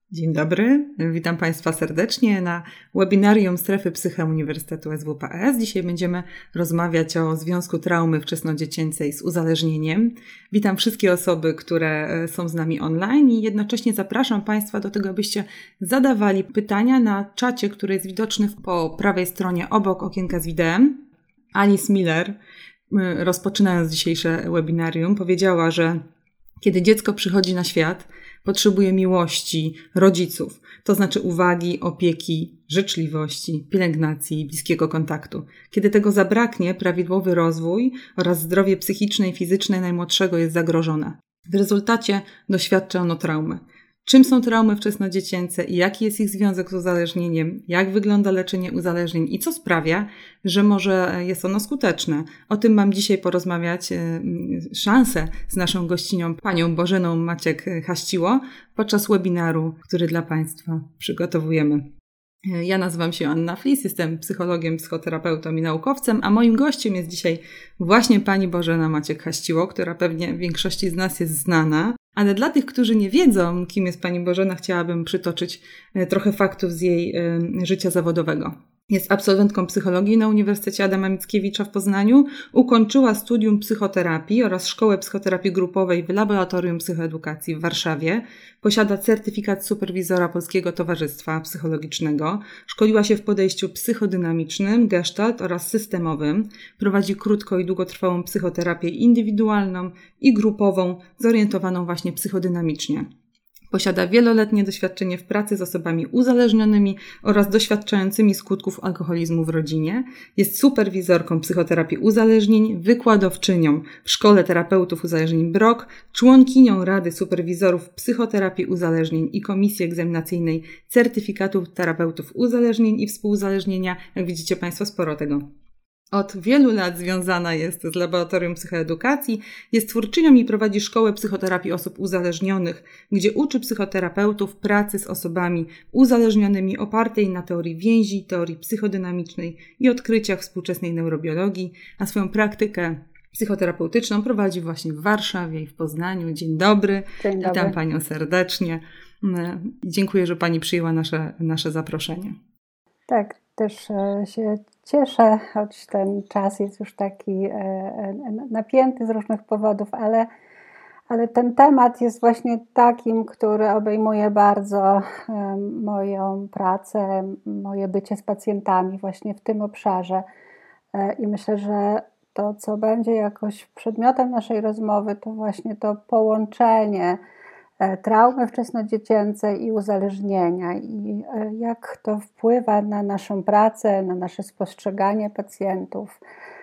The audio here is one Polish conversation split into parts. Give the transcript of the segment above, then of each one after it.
Dzień dobry, witam Państwa serdecznie na webinarium Strefy Psyche Uniwersytetu SWPS. Dzisiaj będziemy rozmawiać o związku traumy wczesnodziecięcej z uzależnieniem. Witam wszystkie osoby, które są z nami online i jednocześnie zapraszam Państwa do tego, abyście zadawali pytania na czacie, który jest widoczny po prawej stronie obok okienka z widem. Alice Miller, rozpoczynając dzisiejsze webinarium, powiedziała, że kiedy dziecko przychodzi na świat, potrzebuje miłości rodziców, to znaczy uwagi, opieki, życzliwości, pielęgnacji, bliskiego kontaktu. Kiedy tego zabraknie, prawidłowy rozwój oraz zdrowie psychiczne i fizyczne najmłodszego jest zagrożone. W rezultacie doświadcza ono traumy. Czym są traumy wczesnodziecięce i jaki jest ich związek z uzależnieniem, jak wygląda leczenie uzależnień i co sprawia, że może jest ono skuteczne. O tym mam dzisiaj porozmawiać szansę z naszą gościnią, panią Bożeną Maciek-Haściło, podczas webinaru, który dla Państwa przygotowujemy. Ja nazywam się Anna Flis, jestem psychologiem, psychoterapeutą i naukowcem, a moim gościem jest dzisiaj właśnie pani Bożena Maciek-Haściło, która pewnie większości z nas jest znana. Ale dla tych, którzy nie wiedzą, kim jest pani Bożena, chciałabym przytoczyć trochę faktów z jej życia zawodowego. Jest absolwentką psychologii na Uniwersytecie Adama Mickiewicza w Poznaniu, ukończyła studium psychoterapii oraz szkołę psychoterapii grupowej w Laboratorium Psychoedukacji w Warszawie, posiada certyfikat superwizora Polskiego Towarzystwa Psychologicznego, szkoliła się w podejściu psychodynamicznym, gestalt oraz systemowym, prowadzi krótko i długotrwałą psychoterapię indywidualną i grupową, zorientowaną właśnie psychodynamicznie. Posiada wieloletnie doświadczenie w pracy z osobami uzależnionymi oraz doświadczającymi skutków alkoholizmu w rodzinie. Jest superwizorką psychoterapii uzależnień, wykładowczynią w Szkole Terapeutów Uzależnień BROK, członkinią Rady Superwizorów Psychoterapii Uzależnień i Komisji Egzaminacyjnej Certyfikatów Terapeutów Uzależnień i Współuzależnienia. Jak widzicie Państwo, sporo tego. Od wielu lat związana jest z Laboratorium Psychoedukacji, jest twórczynią i prowadzi szkołę psychoterapii osób uzależnionych, gdzie uczy psychoterapeutów pracy z osobami uzależnionymi opartej na teorii więzi, teorii psychodynamicznej i odkryciach współczesnej neurobiologii, a swoją praktykę psychoterapeutyczną prowadzi właśnie w Warszawie i w Poznaniu. Dzień dobry. Dzień dobry. Witam Panią serdecznie. Dziękuję, że Pani przyjęła nasze zaproszenie. Tak, też się cieszę, choć ten czas jest już taki napięty z różnych powodów, ale ten temat jest właśnie takim, który obejmuje bardzo moją pracę, moje bycie z pacjentami właśnie w tym obszarze. I myślę, że to, co będzie jakoś przedmiotem naszej rozmowy, to właśnie to połączenie traumy wczesnodziecięcej i uzależnienia i jak to wpływa na naszą pracę, na nasze spostrzeganie pacjentów,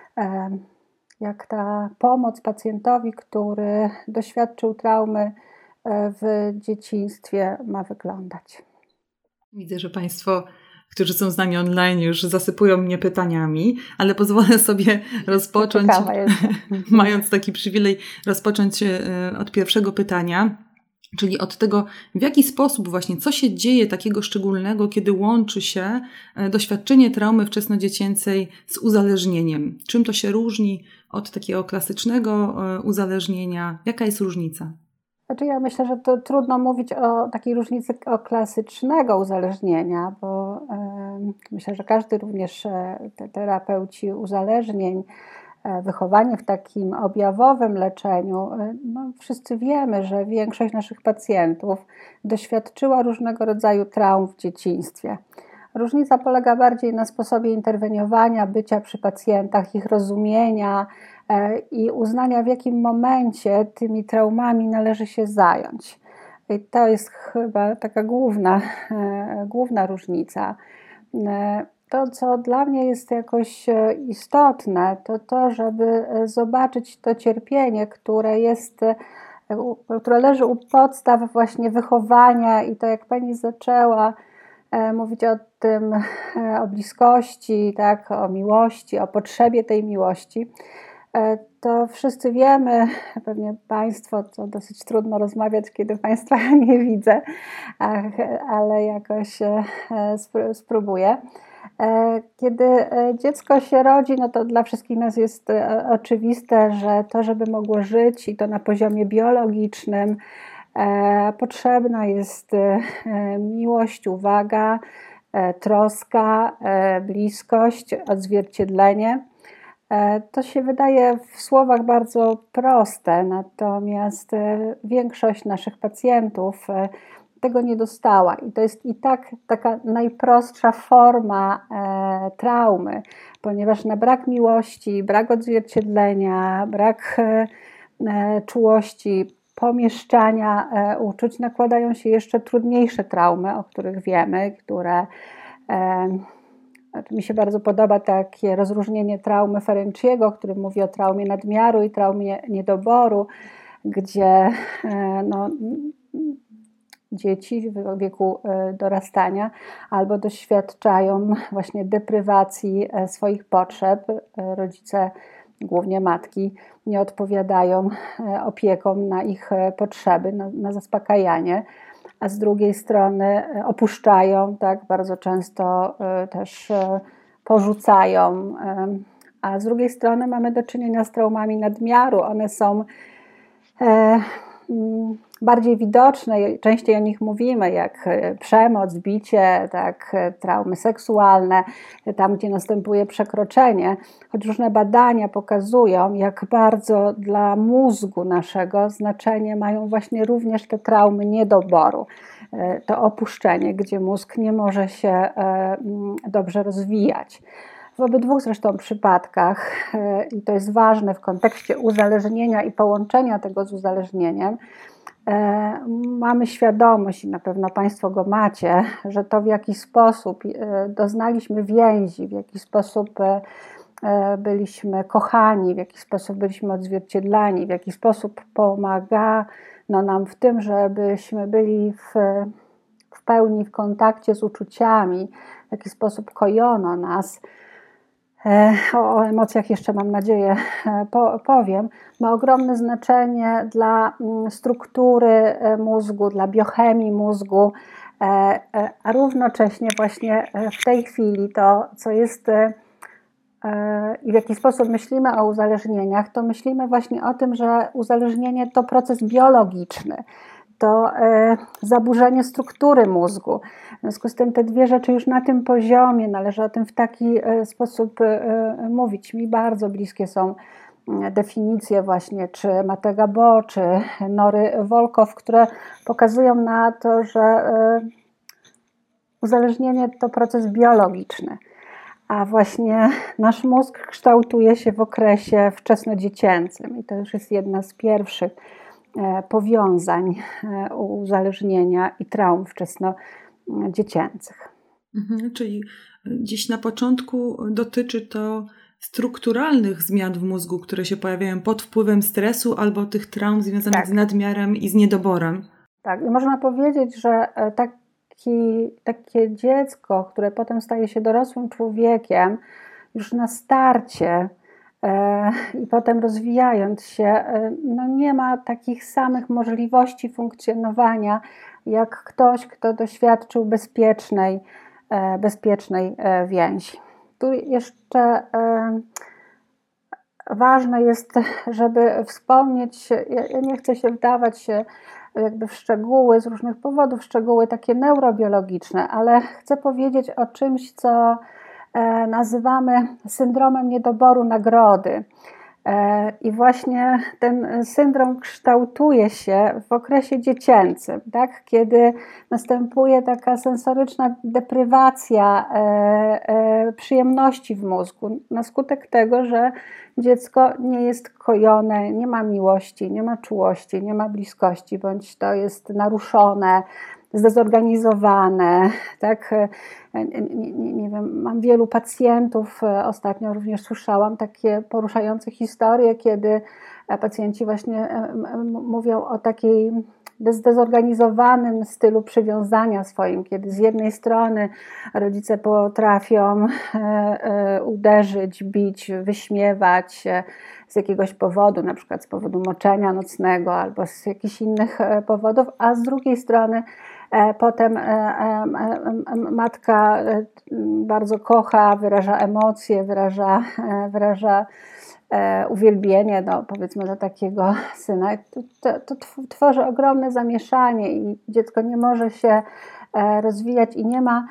jak ta pomoc pacjentowi, który doświadczył traumy w dzieciństwie, ma wyglądać. Widzę, że Państwo, którzy są z nami online, już zasypują mnie pytaniami, ale pozwolę sobie rozpocząć, mając taki przywilej, rozpocząć od pierwszego pytania. Czyli od tego, w jaki sposób właśnie, co się dzieje takiego szczególnego, kiedy łączy się doświadczenie traumy wczesnodziecięcej z uzależnieniem. Czym to się różni od takiego klasycznego uzależnienia? Jaka jest różnica? Znaczy ja myślę, że to trudno mówić o takiej różnicy o klasycznego uzależnienia, bo myślę, że każdy również terapeuci uzależnień, wychowanie w takim objawowym leczeniu, wszyscy wiemy, że większość naszych pacjentów doświadczyła różnego rodzaju traum w dzieciństwie. Różnica polega bardziej na sposobie interweniowania, bycia przy pacjentach, ich rozumienia i uznania, w jakim momencie tymi traumami należy się zająć. I to jest chyba taka główna różnica. To, co dla mnie jest jakoś istotne, to to, żeby zobaczyć to cierpienie, które leży u podstaw właśnie wychowania i to, jak Pani zaczęła mówić o tym, o bliskości, tak, o miłości, o potrzebie tej miłości, to wszyscy wiemy, pewnie Państwo, to dosyć trudno rozmawiać, kiedy Państwa nie widzę, ale jakoś spróbuję. Kiedy dziecko się rodzi, no to dla wszystkich nas jest oczywiste, że to, żeby mogło żyć i to na poziomie biologicznym, Potrzebna jest miłość, uwaga, troska, bliskość, odzwierciedlenie. To się wydaje w słowach bardzo proste, natomiast większość naszych pacjentów tego nie dostała i to jest i tak taka najprostsza forma traumy, ponieważ na brak miłości, brak odzwierciedlenia, brak czułości, pomieszczania uczuć nakładają się jeszcze trudniejsze traumy, o których wiemy, które mi się bardzo podoba takie rozróżnienie traumy Ferenciego, który mówi o traumie nadmiaru i traumie niedoboru, gdzie dzieci w wieku dorastania albo doświadczają właśnie deprywacji swoich potrzeb. Rodzice, głównie matki, nie odpowiadają opieką na ich potrzeby, na zaspokajanie, a z drugiej strony opuszczają, tak, bardzo często też porzucają, a z drugiej strony mamy do czynienia z traumami nadmiaru. One są bardziej widoczne, częściej o nich mówimy, jak przemoc, bicie, tak, traumy seksualne, tam gdzie następuje przekroczenie, choć różne badania pokazują, jak bardzo dla mózgu naszego znaczenie mają właśnie również te traumy niedoboru, to opuszczenie, gdzie mózg nie może się dobrze rozwijać. W obydwu zresztą przypadkach, i to jest ważne w kontekście uzależnienia i połączenia tego z uzależnieniem, mamy świadomość, i na pewno Państwo go macie, że to w jaki sposób doznaliśmy więzi, w jaki sposób byliśmy kochani, w jaki sposób byliśmy odzwierciedlani, w jaki sposób pomagano nam w tym, żebyśmy byli w pełni w kontakcie z uczuciami, w jaki sposób kojono nas. O emocjach jeszcze, mam nadzieję, powiem, ma ogromne znaczenie dla struktury mózgu, dla biochemii mózgu, a równocześnie właśnie w tej chwili to, co jest i w jaki sposób myślimy o uzależnieniach, to myślimy właśnie o tym, że uzależnienie to proces biologiczny, to zaburzenie struktury mózgu. W związku z tym te dwie rzeczy już na tym poziomie należy o tym w taki sposób mówić. Mi bardzo bliskie są definicje właśnie czy Matega Bo, czy Nory Wolkow, które pokazują na to, że uzależnienie to proces biologiczny, a właśnie nasz mózg kształtuje się w okresie wczesnodziecięcym i to już jest jedna z pierwszych powiązań uzależnienia i traum wczesnodziecięcych. Czyli gdzieś na początku dotyczy to strukturalnych zmian w mózgu, które się pojawiają pod wpływem stresu albo tych traum związanych z nadmiarem i z niedoborem. Tak, i można powiedzieć, że takie dziecko, które potem staje się dorosłym człowiekiem, już na starcie i potem rozwijając się, nie ma takich samych możliwości funkcjonowania jak ktoś, kto doświadczył bezpiecznej więzi. Tu jeszcze ważne jest, żeby wspomnieć, ja nie chcę się wdawać jakby w szczegóły z różnych powodów, szczegóły takie neurobiologiczne, ale chcę powiedzieć o czymś, co nazywamy syndromem niedoboru nagrody. I właśnie ten syndrom kształtuje się w okresie dziecięcym, tak? Kiedy następuje taka sensoryczna deprywacja przyjemności w mózgu na skutek tego, że dziecko nie jest kojone, nie ma miłości, nie ma czułości, nie ma bliskości, bądź to jest naruszone, zdezorganizowane, tak? Nie wiem, mam wielu pacjentów, ostatnio również słyszałam takie poruszające historie, kiedy pacjenci właśnie mówią o takiej zdezorganizowanym stylu przywiązania swoim, kiedy z jednej strony rodzice potrafią uderzyć, bić, wyśmiewać z jakiegoś powodu, na przykład z powodu moczenia nocnego albo z jakichś innych powodów, a z drugiej strony potem matka bardzo kocha, wyraża emocje, wyraża uwielbienie, powiedzmy, do takiego syna, to tworzy ogromne zamieszanie i dziecko nie może się rozwijać i nie ma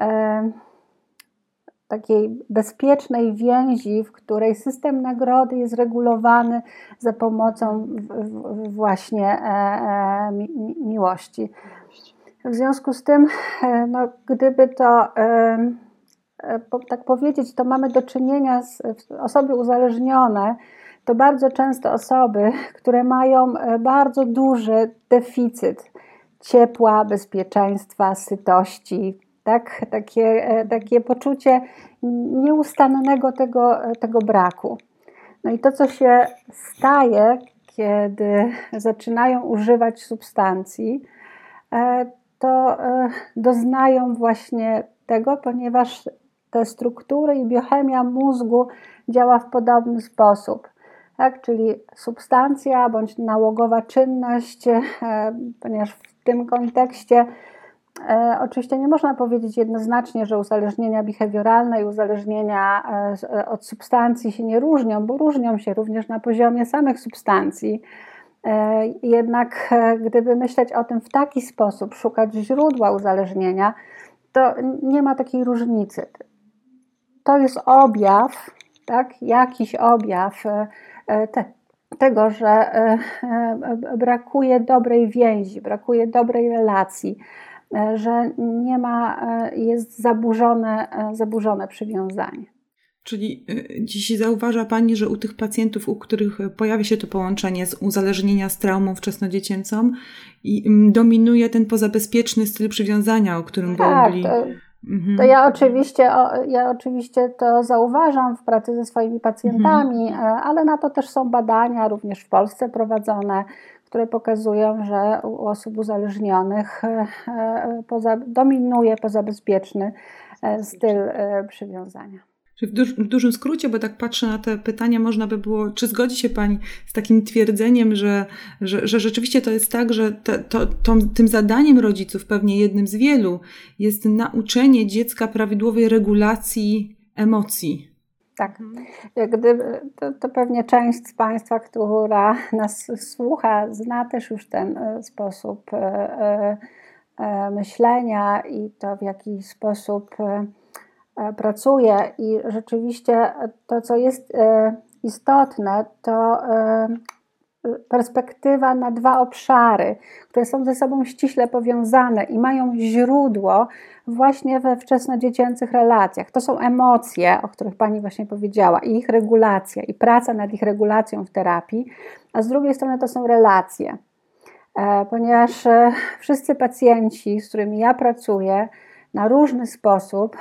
takiej bezpiecznej więzi, w której system nagrody jest regulowany za pomocą właśnie miłości. W związku z tym, gdyby to tak powiedzieć, to mamy do czynienia z osoby uzależnione, to bardzo często osoby, które mają bardzo duży deficyt ciepła, bezpieczeństwa, sytości, tak? Takie poczucie nieustannego tego braku. No i to, co się staje, kiedy zaczynają używać substancji, to doznają właśnie tego, ponieważ te struktury i biochemia mózgu działa w podobny sposób. Tak? Czyli substancja bądź nałogowa czynność, ponieważ w tym kontekście oczywiście nie można powiedzieć jednoznacznie, że uzależnienia behawioralne i uzależnienia od substancji się nie różnią, bo różnią się również na poziomie samych substancji. Jednak gdyby myśleć o tym w taki sposób, szukać źródła uzależnienia, to nie ma takiej różnicy. To jest objaw, tak? Jakiś objaw tego, że brakuje dobrej więzi, brakuje dobrej relacji, że nie ma, jest zaburzone przywiązanie. Czyli dziś zauważa Pani, że u tych pacjentów, u których pojawia się to połączenie z uzależnienia z traumą wczesnodziecięcą i dominuje ten pozabezpieczny styl przywiązania, o którym mówili. To ja oczywiście to zauważam w pracy ze swoimi pacjentami, ale na to też są badania, również w Polsce prowadzone, które pokazują, że u osób uzależnionych dominuje pozabezpieczny styl przywiązania. W dużym skrócie, bo tak patrzę na te pytania, można by było, czy zgodzi się Pani z takim twierdzeniem, że rzeczywiście to jest tak, że tym zadaniem rodziców, pewnie jednym z wielu, jest nauczenie dziecka prawidłowej regulacji emocji? Tak. To pewnie część z Państwa, która nas słucha, zna też już ten sposób myślenia i to, w jaki sposób pracuje. I rzeczywiście to, co jest istotne, to perspektywa na dwa obszary, które są ze sobą ściśle powiązane i mają źródło właśnie we wczesnodziecięcych relacjach. To są emocje, o których Pani właśnie powiedziała, i ich regulacja, i praca nad ich regulacją w terapii, a z drugiej strony to są relacje. Ponieważ wszyscy pacjenci, z którymi ja pracuję, na różny sposób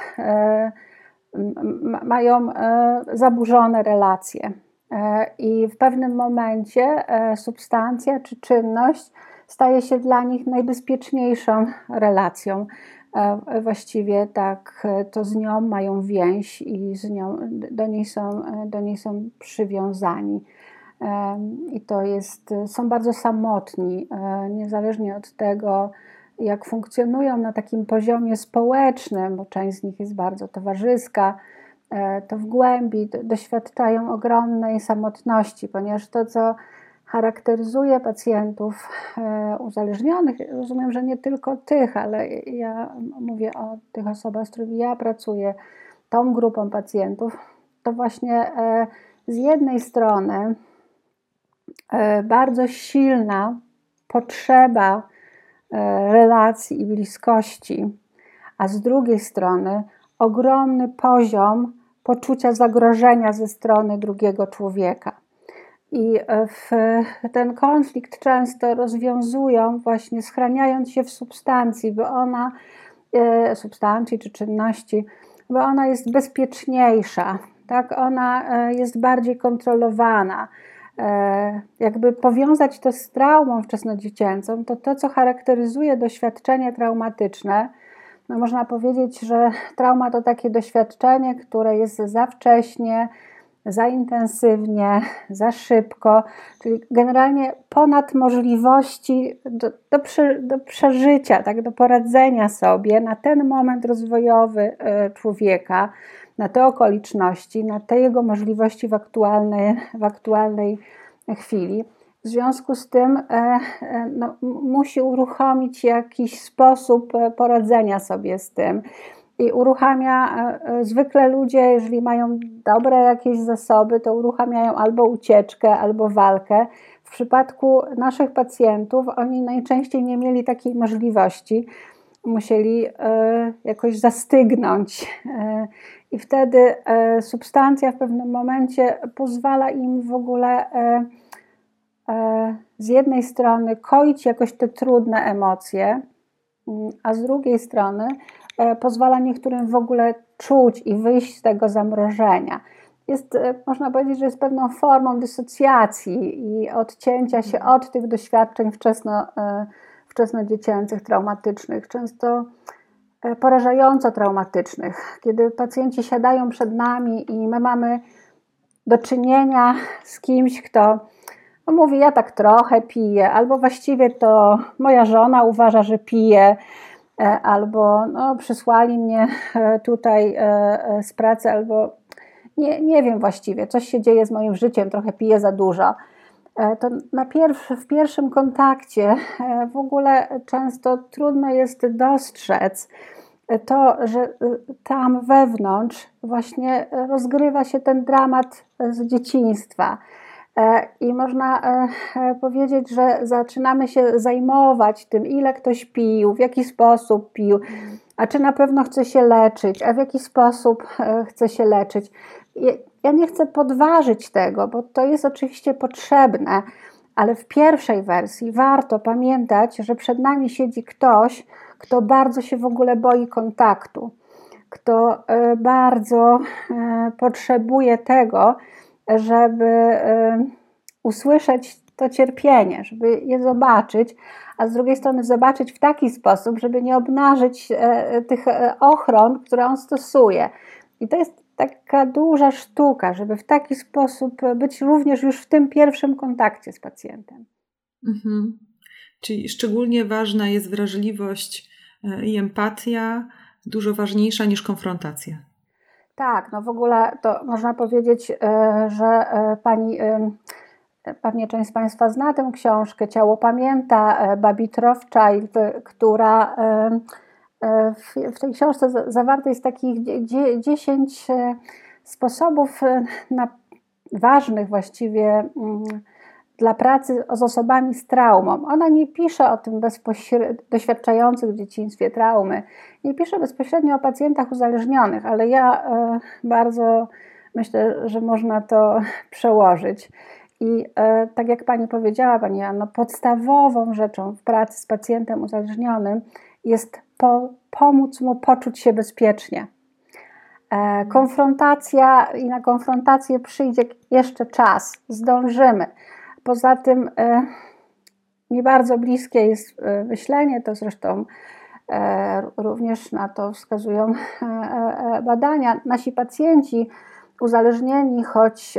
mają zaburzone relacje. I w pewnym momencie substancja czy czynność staje się dla nich najbezpieczniejszą relacją. Właściwie tak, to z nią mają więź i do niej są przywiązani. I są bardzo samotni, niezależnie od tego, jak funkcjonują na takim poziomie społecznym, bo część z nich jest bardzo towarzyska, to w głębi doświadczają ogromnej samotności, ponieważ to, co charakteryzuje pacjentów uzależnionych, rozumiem, że nie tylko tych, ale ja mówię o tych osobach, z którymi ja pracuję, tą grupą pacjentów, to właśnie z jednej strony bardzo silna potrzeba relacji i bliskości, a z drugiej strony ogromny poziom poczucia zagrożenia ze strony drugiego człowieka. I ten konflikt często rozwiązują właśnie schraniając się w substancji, substancji czy czynności, bo ona jest bezpieczniejsza, tak? Ona jest bardziej kontrolowana. Jakby powiązać to z traumą wczesnodziecięcą, to co charakteryzuje doświadczenie traumatyczne, no można powiedzieć, że trauma to takie doświadczenie, które jest za wcześnie, za intensywnie, za szybko, czyli generalnie ponad możliwości do przeżycia, tak, do poradzenia sobie na ten moment rozwojowy człowieka. na te okoliczności, na te jego możliwości w aktualnej chwili. W związku z tym musi uruchomić jakiś sposób poradzenia sobie z tym. I uruchamia, zwykle ludzie, jeżeli mają dobre jakieś zasoby, to uruchamiają albo ucieczkę, albo walkę. W przypadku naszych pacjentów oni najczęściej nie mieli takiej możliwości. Musieli jakoś zastygnąć i wtedy substancja w pewnym momencie pozwala im w ogóle z jednej strony koić jakoś te trudne emocje, a z drugiej strony pozwala niektórym w ogóle czuć i wyjść z tego zamrożenia. Jest, można powiedzieć, że jest pewną formą dysocjacji i odcięcia się od tych doświadczeń wczesnodziecięcych, traumatycznych, często porażająco traumatycznych. Kiedy pacjenci siadają przed nami i my mamy do czynienia z kimś, kto mówi, ja tak trochę piję, albo właściwie to moja żona uważa, że pije, albo przysłali mnie tutaj z pracy, albo nie wiem właściwie, coś się dzieje z moim życiem, trochę piję za dużo. To w pierwszym kontakcie w ogóle często trudno jest dostrzec to, że tam wewnątrz właśnie rozgrywa się ten dramat z dzieciństwa. I można powiedzieć, że zaczynamy się zajmować tym, ile ktoś pił, w jaki sposób pił, a czy na pewno chce się leczyć, a w jaki sposób chce się leczyć. Ja nie chcę podważyć tego, bo to jest oczywiście potrzebne, ale w pierwszej wersji warto pamiętać, że przed nami siedzi ktoś, kto bardzo się w ogóle boi kontaktu, kto bardzo potrzebuje tego, żeby usłyszeć to cierpienie, żeby je zobaczyć, a z drugiej strony zobaczyć w taki sposób, żeby nie obnażyć tych ochron, które on stosuje. I to jest taka duża sztuka, żeby w taki sposób być również już w tym pierwszym kontakcie z pacjentem. Mhm. Czyli szczególnie ważna jest wrażliwość i empatia, dużo ważniejsza niż konfrontacja. Tak, w ogóle to można powiedzieć, że pani, pewnie część z Państwa zna tę książkę Ciało pamięta, Babit Rothschild, która w tej książce zawarte jest takich 10 sposobów ważnych właściwie dla pracy z osobami z traumą. Ona nie pisze o tym doświadczających w dzieciństwie traumy, nie pisze bezpośrednio o pacjentach uzależnionych, ale ja bardzo myślę, że można to przełożyć. I tak jak Pani powiedziała, Pani Anno, podstawową rzeczą w pracy z pacjentem uzależnionym jest pomóc mu poczuć się bezpiecznie. Konfrontacja i na konfrontację przyjdzie jeszcze czas, zdążymy. Poza tym mi bardzo bliskie jest myślenie, to zresztą również na to wskazują badania. Nasi pacjenci uzależnieni, choć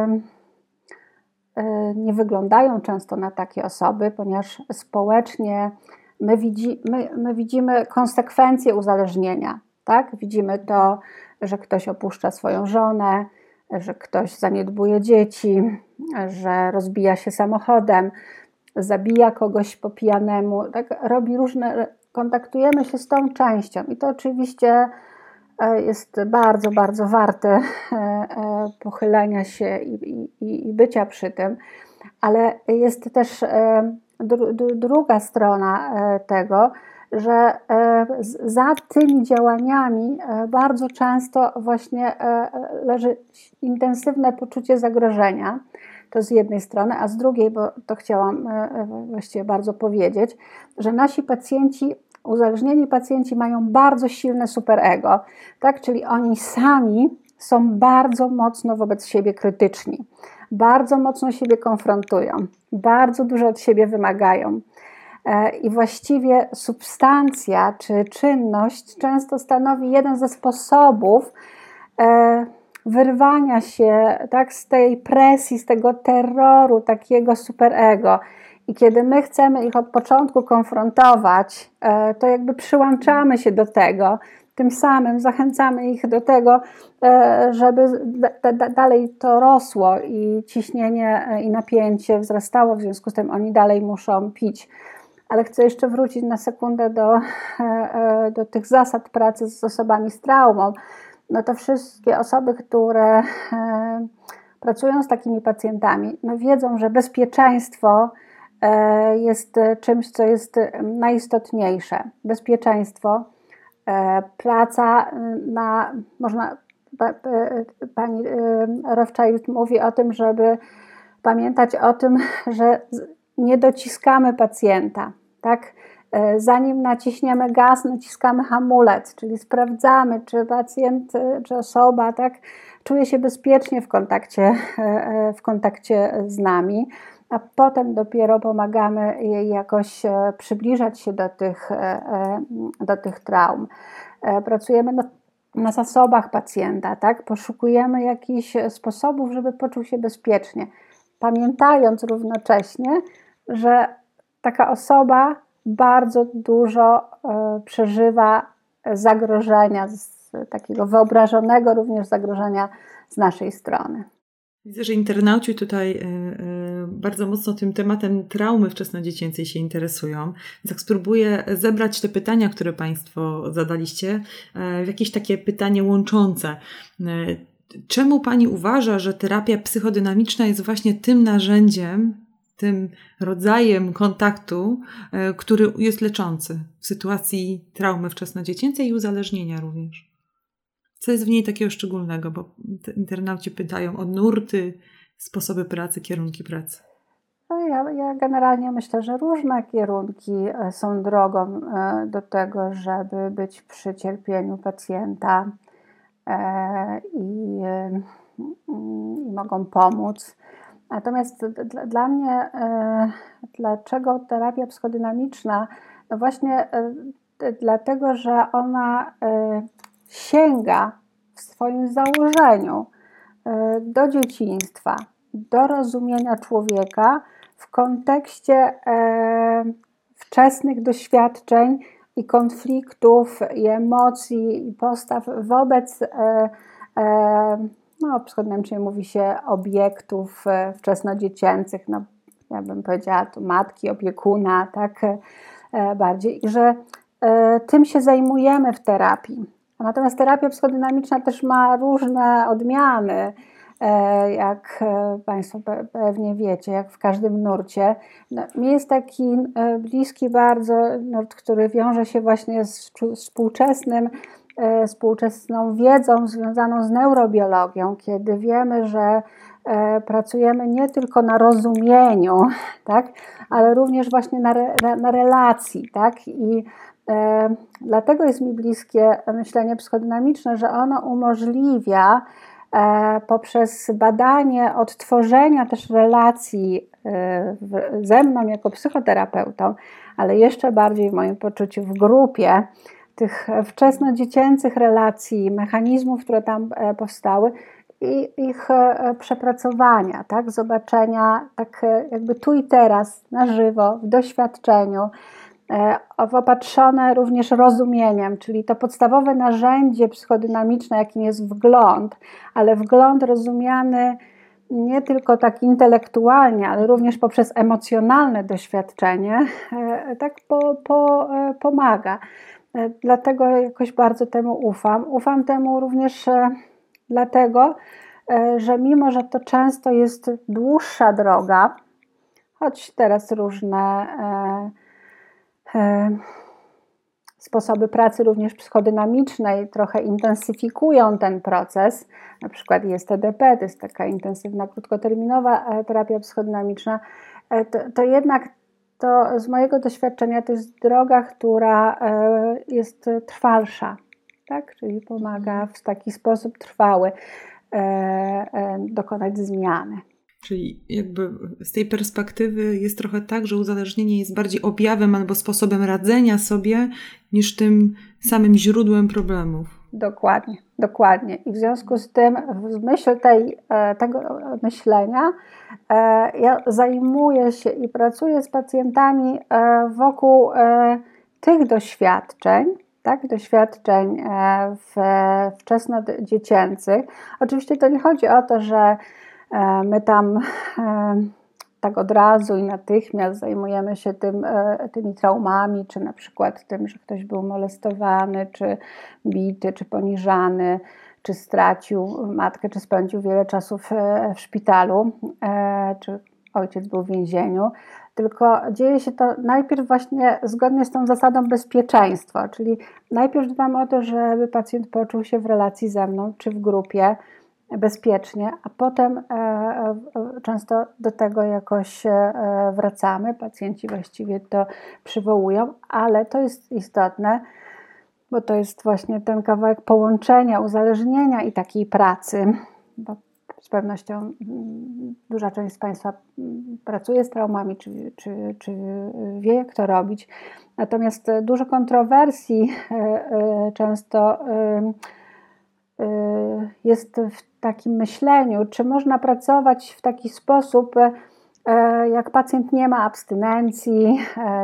nie wyglądają często na takie osoby, ponieważ społecznie my widzimy konsekwencje uzależnienia. Tak? Widzimy to, że ktoś opuszcza swoją żonę, że ktoś zaniedbuje dzieci, że rozbija się samochodem, zabija kogoś po pijanemu, tak? Robi różne, kontaktujemy się z tą częścią i to oczywiście jest bardzo, bardzo warte pochylenia się i bycia przy tym, ale jest też druga strona tego, że za tymi działaniami bardzo często właśnie leży intensywne poczucie zagrożenia. To z jednej strony, a z drugiej, bo to chciałam właściwie bardzo powiedzieć, że nasi pacjenci, uzależnieni pacjenci mają bardzo silne superego, tak? Czyli oni sami są bardzo mocno wobec siebie krytyczni, bardzo mocno siebie konfrontują, bardzo dużo od siebie wymagają. I właściwie substancja czy czynność często stanowi jeden ze sposobów wyrwania się, tak, z tej presji, z tego terroru takiego superego. I kiedy my chcemy ich od początku konfrontować, to jakby przyłączamy się do tego tym samym zachęcamy ich do tego, żeby dalej to rosło i ciśnienie i napięcie wzrastało, w związku z tym oni dalej muszą pić. Ale chcę jeszcze wrócić na sekundę do tych zasad pracy z osobami z traumą. No to wszystkie osoby, które pracują z takimi pacjentami, no wiedzą, że bezpieczeństwo jest czymś, co jest najistotniejsze. Bezpieczeństwo, praca pani Rothschild mówi o tym, żeby pamiętać o tym, że nie dociskamy pacjenta, tak? Zanim naciśniemy gaz, naciskamy hamulec, czyli sprawdzamy, czy pacjent, czy osoba, tak, czuje się bezpiecznie w kontakcie z nami, a potem dopiero pomagamy jej jakoś przybliżać się do tych traum. Pracujemy na zasobach pacjenta, tak? Poszukujemy jakichś sposobów, żeby poczuł się bezpiecznie, pamiętając równocześnie, że taka osoba bardzo dużo przeżywa zagrożenia, takiego wyobrażonego również zagrożenia z naszej strony. Widzę, że internauci tutaj bardzo mocno tym tematem traumy wczesnodziecięcej się interesują. Więc tak spróbuję zebrać te pytania, które Państwo zadaliście, w jakieś takie pytanie łączące. Czemu Pani uważa, że terapia psychodynamiczna jest właśnie tym narzędziem, tym rodzajem kontaktu, który jest leczący w sytuacji traumy wczesnodziecięcej i uzależnienia również? Co jest w niej takiego szczególnego? Bo internauci pytają o nurty, sposoby pracy, kierunki pracy. Ja generalnie myślę, że różne kierunki są drogą do tego, żeby być przy cierpieniu pacjenta i mogą pomóc. Natomiast dla mnie, dlaczego terapia psychodynamiczna? No właśnie dlatego, że ona sięga w swoim założeniu do dzieciństwa, do rozumienia człowieka w kontekście wczesnych doświadczeń i konfliktów, i emocji, i postaw wobec, psychodynamicznie mówi się obiektów wczesnodziecięcych, no ja bym powiedziała tu matki, opiekuna, tak bardziej, i że tym się zajmujemy w terapii. Natomiast terapia psychodynamiczna też ma różne odmiany, jak Państwo pewnie wiecie, jak w każdym nurcie. No, mi jest taki bliski bardzo nurt, który wiąże się właśnie z współczesną wiedzą związaną z neurobiologią, kiedy wiemy, że pracujemy nie tylko na rozumieniu, tak, ale również właśnie na relacji, tak, i dlatego jest mi bliskie myślenie psychodynamiczne, że ono umożliwia poprzez badanie odtworzenia też relacji ze mną jako psychoterapeutą, ale jeszcze bardziej w moim poczuciu w grupie tych wczesnodziecięcych relacji, mechanizmów, które tam powstały i ich przepracowania, tak? Zobaczenia tak jakby tu i teraz, na żywo, w doświadczeniu, opatrzone również rozumieniem, czyli to podstawowe narzędzie psychodynamiczne, jakim jest wgląd, ale wgląd rozumiany nie tylko tak intelektualnie, ale również poprzez emocjonalne doświadczenie, tak pomaga. Dlatego jakoś bardzo temu ufam. Ufam temu również dlatego, że mimo, że to często jest dłuższa droga, choć teraz różne sposoby pracy również psychodynamicznej trochę intensyfikują ten proces, na przykład ISTDP, to jest taka intensywna, krótkoterminowa terapia psychodynamiczna, to jednak to z mojego doświadczenia to jest droga, która jest trwalsza, tak? Czyli pomaga w taki sposób trwały dokonać zmiany. Czyli jakby z tej perspektywy jest trochę tak, że uzależnienie jest bardziej objawem albo sposobem radzenia sobie niż tym samym źródłem problemów. Dokładnie. I w związku z tym, w myśl tego myślenia, ja zajmuję się i pracuję z pacjentami wokół tych doświadczeń, tak, doświadczeń wczesnodziecięcych. Oczywiście to nie chodzi o to, że my tam tak od razu i natychmiast zajmujemy się tymi traumami, czy na przykład tym, że ktoś był molestowany, czy bity, czy poniżany, czy stracił matkę, czy spędził wiele czasu w szpitalu, czy ojciec był w więzieniu. Tylko dzieje się to najpierw właśnie zgodnie z tą zasadą bezpieczeństwa, czyli najpierw dbam o to, żeby pacjent poczuł się w relacji ze mną, czy w grupie bezpiecznie, a potem często do tego jakoś wracamy. Pacjenci właściwie to przywołują, ale to jest istotne, bo to jest właśnie ten kawałek połączenia, uzależnienia i takiej pracy, bo z pewnością duża część z Państwa pracuje z traumami, czy wie, jak to robić. Natomiast dużo kontrowersji często jest w takim myśleniu, czy można pracować w taki sposób, jak pacjent nie ma abstynencji,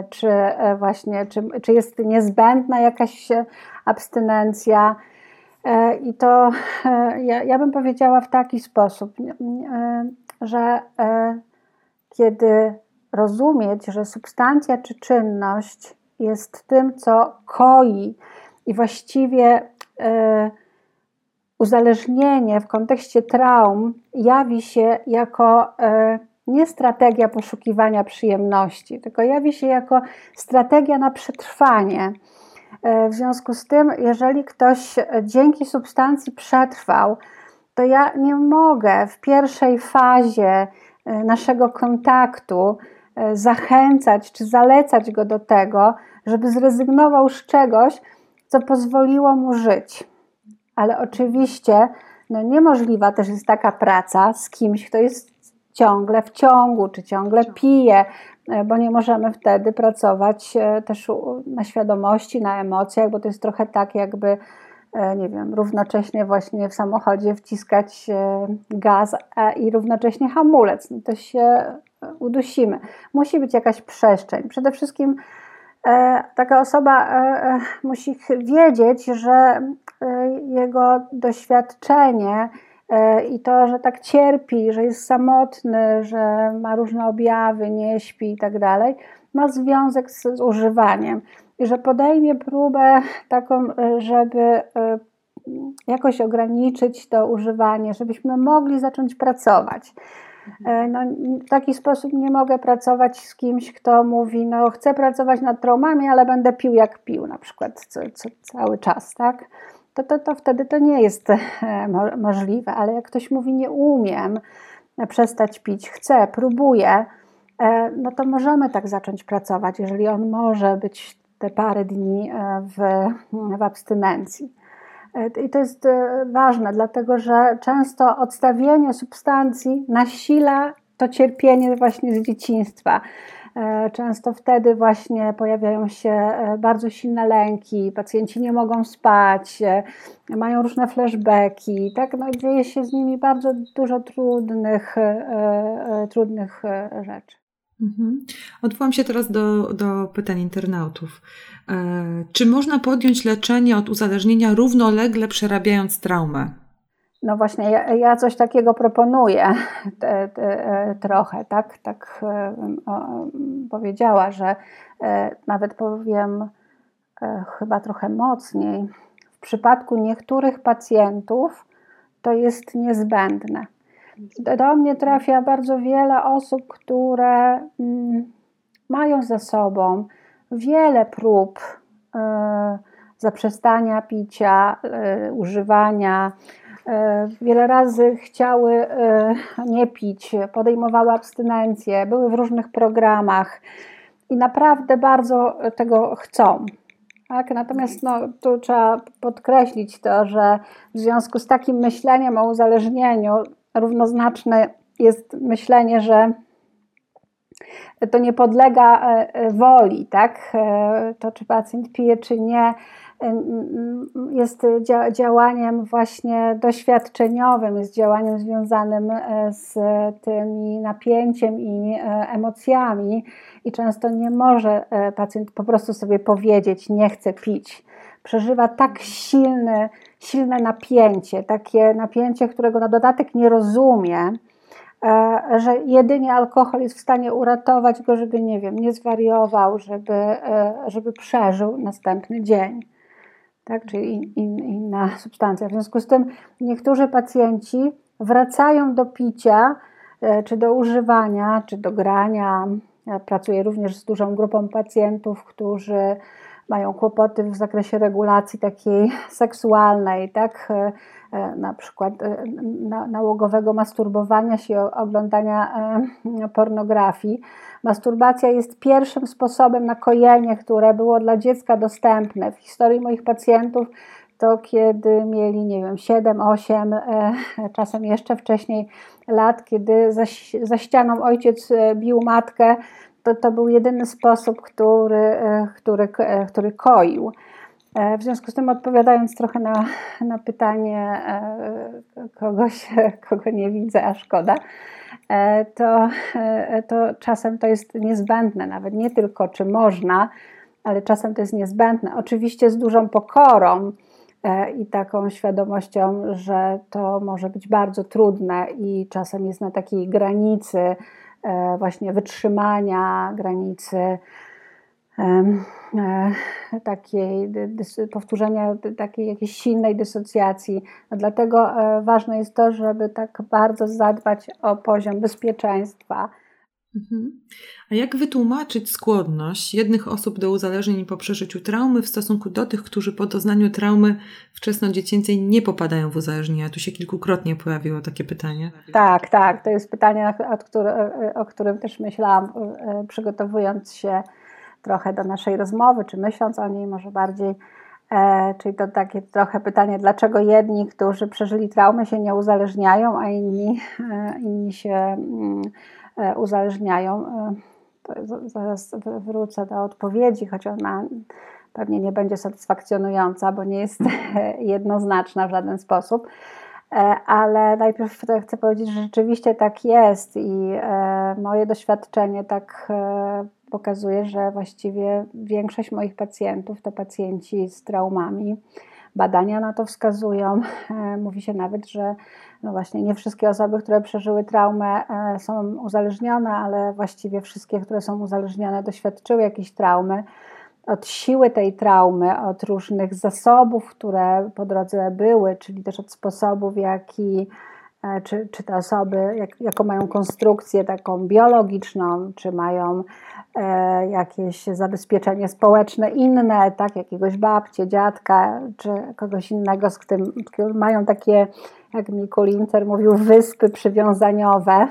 czy jest niezbędna jakaś abstynencja. I to ja bym powiedziała w taki sposób, że kiedy rozumieć, że substancja czy czynność jest tym, co koi i właściwie uzależnienie w kontekście traum jawi się jako nie strategia poszukiwania przyjemności, tylko jawi się jako strategia na przetrwanie. W związku z tym, jeżeli ktoś dzięki substancji przetrwał, to ja nie mogę w pierwszej fazie naszego kontaktu zachęcać czy zalecać go do tego, żeby zrezygnował z czegoś, co pozwoliło mu żyć. Ale oczywiście niemożliwa też jest taka praca z kimś, kto jest ciągle w ciągu, czy ciągle pije, bo nie możemy wtedy pracować też na świadomości, na emocjach, bo to jest trochę tak, jakby, nie wiem, równocześnie właśnie w samochodzie wciskać gaz i równocześnie hamulec. No to się udusimy. Musi być jakaś przestrzeń. Przede wszystkim taka osoba musi wiedzieć, że jego doświadczenie i to, że tak cierpi, że jest samotny, że ma różne objawy, nie śpi i tak dalej, ma związek z używaniem i że podejmie próbę taką, żeby jakoś ograniczyć to używanie, żebyśmy mogli zacząć pracować. W taki sposób nie mogę pracować z kimś, kto mówi, chcę pracować nad traumami, ale będę pił jak pił, na przykład cały czas, tak? To wtedy to nie jest możliwe, ale jak ktoś mówi, nie umiem przestać pić, chcę, próbuję, to możemy tak zacząć pracować, jeżeli on może być te parę dni w abstynencji. I to jest ważne, dlatego że często odstawienie substancji nasila to cierpienie właśnie z dzieciństwa. Często wtedy właśnie pojawiają się bardzo silne lęki, pacjenci nie mogą spać, mają różne flashbacki, tak? Dzieje się z nimi bardzo dużo trudnych rzeczy. Odwołam się teraz do pytań internautów. Czy można podjąć leczenie od uzależnienia równolegle przerabiając traumę? No właśnie, ja coś takiego proponuję trochę, tak powiedziała, że nawet powiem chyba trochę mocniej. W przypadku niektórych pacjentów to jest niezbędne. Do mnie trafia bardzo wiele osób, które mają za sobą wiele prób zaprzestania picia, używania. Wiele razy chciały nie pić, podejmowały abstynencję, były w różnych programach i naprawdę bardzo tego chcą. Tak? Natomiast tu trzeba podkreślić to, że w związku z takim myśleniem o uzależnieniu równoznaczne jest myślenie, że to nie podlega woli, tak? To czy pacjent pije, czy nie, jest działaniem właśnie doświadczeniowym, jest działaniem związanym z tym napięciem i emocjami i często nie może pacjent po prostu sobie powiedzieć, nie chcę pić. przeżywa tak silne napięcie, takie napięcie, którego na dodatek nie rozumie, że jedynie alkohol jest w stanie uratować go, żeby, nie wiem, nie zwariował, żeby przeżył następny dzień. Tak? Czyli inna substancja. W związku z tym niektórzy pacjenci wracają do picia, czy do używania, czy do grania. Ja pracuję również z dużą grupą pacjentów, którzy mają kłopoty w zakresie regulacji takiej seksualnej, tak? Na przykład nałogowego masturbowania się, oglądania pornografii. Masturbacja jest pierwszym sposobem na kojenie, które było dla dziecka dostępne. W historii moich pacjentów to kiedy mieli, nie wiem, 7, 8, czasem jeszcze wcześniej lat, kiedy za ścianą ojciec bił matkę, to był jedyny sposób, który koił. W związku z tym, odpowiadając trochę na pytanie kogoś, kogo nie widzę, a szkoda, to czasem to jest niezbędne, nawet nie tylko czy można, ale czasem to jest niezbędne. Oczywiście z dużą pokorą i taką świadomością, że to może być bardzo trudne i czasem jest na takiej granicy właśnie wytrzymania, granicy takiej powtórzenia takiej jakiejś silnej dysocjacji. No dlatego ważne jest to, żeby tak bardzo zadbać o poziom bezpieczeństwa. A jak wytłumaczyć skłonność jednych osób do uzależnień po przeżyciu traumy w stosunku do tych, którzy po doznaniu traumy wczesnodziecięcej nie popadają w uzależnienia? Tu się kilkukrotnie pojawiło takie pytanie. Tak. To jest pytanie, o którym też myślałam, przygotowując się trochę do naszej rozmowy, czy myśląc o niej może bardziej. Czyli to takie trochę pytanie, dlaczego jedni, którzy przeżyli traumę, się nie uzależniają, a inni się uzależniają. To zaraz wrócę do odpowiedzi, choć ona pewnie nie będzie satysfakcjonująca, bo nie jest jednoznaczna w żaden sposób. Ale najpierw chcę powiedzieć, że rzeczywiście tak jest i moje doświadczenie tak pokazuje, że właściwie większość moich pacjentów to pacjenci z traumami. Badania na to wskazują. Mówi się nawet, że no właśnie nie wszystkie osoby, które przeżyły traumę, są uzależnione, ale właściwie wszystkie, które są uzależnione, doświadczyły jakiejś traumy. Od siły tej traumy, od różnych zasobów, które po drodze były, czyli też od sposobów, czy te osoby, jaką mają konstrukcję taką biologiczną, czy mają jakieś zabezpieczenie społeczne inne, tak, jakiegoś babcie, dziadka, czy kogoś innego, z którym mają takie, jak mi Kulinter mówił, wyspy przywiązaniowe.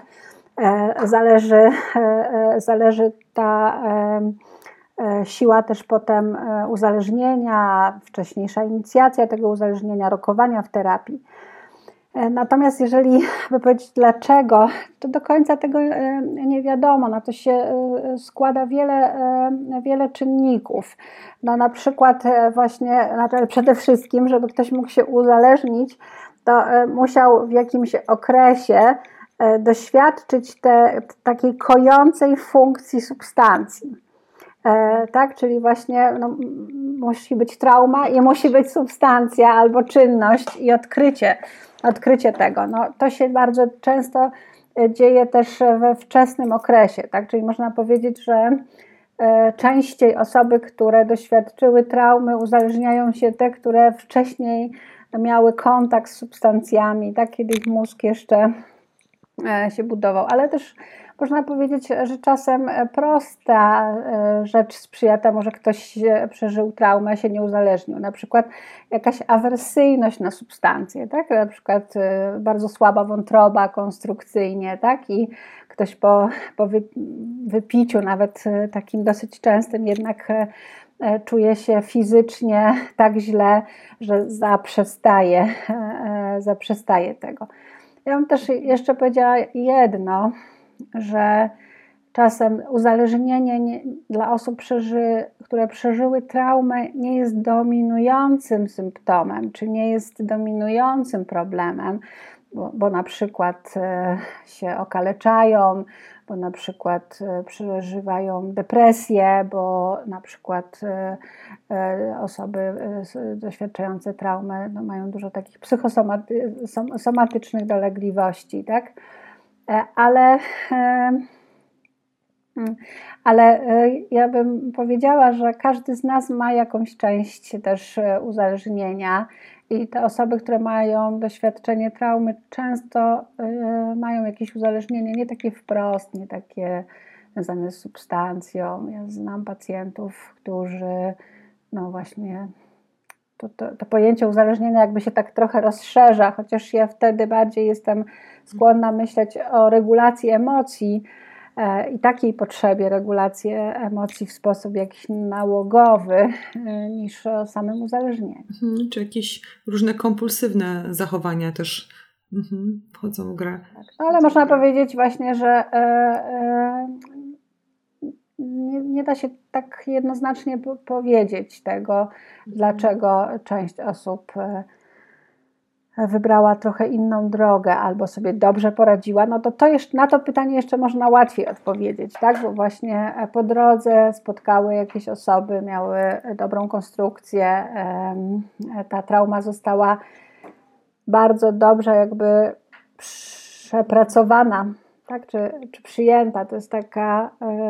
Zależy ta siła też potem uzależnienia, wcześniejsza inicjacja tego uzależnienia, rokowania w terapii. Natomiast jeżeli by powiedzieć dlaczego, to do końca tego nie wiadomo. Na to się składa wiele czynników. No na przykład właśnie, ale przede wszystkim, żeby ktoś mógł się uzależnić, to musiał w jakimś okresie doświadczyć takiej kojącej funkcji substancji. Tak, czyli właśnie musi być trauma i musi być substancja albo czynność i odkrycie tego. No, to się bardzo często dzieje też we wczesnym okresie, tak? Czyli można powiedzieć, że częściej osoby, które doświadczyły traumy, uzależniają się te, które wcześniej miały kontakt z substancjami, tak? Kiedy ich mózg jeszcze się budował, ale też można powiedzieć, że czasem prosta rzecz sprzyja temu, że ktoś przeżył traumę, się nie uzależnił. Na przykład jakaś awersyjność na substancje, tak? Na przykład bardzo słaba wątroba konstrukcyjnie, tak? I ktoś po wypiciu, nawet takim dosyć częstym, jednak czuje się fizycznie tak źle, że zaprzestaje tego. Ja bym też jeszcze powiedziała jedno, że czasem uzależnienie dla osób, które przeżyły traumę, nie jest dominującym symptomem, czy nie jest dominującym problemem, bo na przykład się okaleczają, bo na przykład przeżywają depresję, bo na przykład osoby doświadczające traumy mają dużo takich psychosomatycznych dolegliwości, tak? Ale ja bym powiedziała, że każdy z nas ma jakąś część też uzależnienia i te osoby, które mają doświadczenie traumy, często mają jakieś uzależnienie, nie takie wprost, nie takie związane z substancją. Ja znam pacjentów, którzy no właśnie to pojęcie uzależnienia jakby się tak trochę rozszerza, chociaż ja wtedy bardziej jestem skłonna myśleć o regulacji emocji i takiej potrzebie regulacji emocji w sposób jakiś nałogowy niż o samym uzależnieniu. Czy jakieś różne kompulsywne zachowania też wchodzą w grę. Tak. No, ale można powiedzieć właśnie, że nie da się tak jednoznacznie powiedzieć tego, dlaczego część osób wybrała trochę inną drogę albo sobie dobrze poradziła, no to jeszcze, na to pytanie jeszcze można łatwiej odpowiedzieć, tak? Bo właśnie po drodze spotkały jakieś osoby, miały dobrą konstrukcję, ta trauma została bardzo dobrze jakby przepracowana, tak? Czy przyjęta. To jest taka...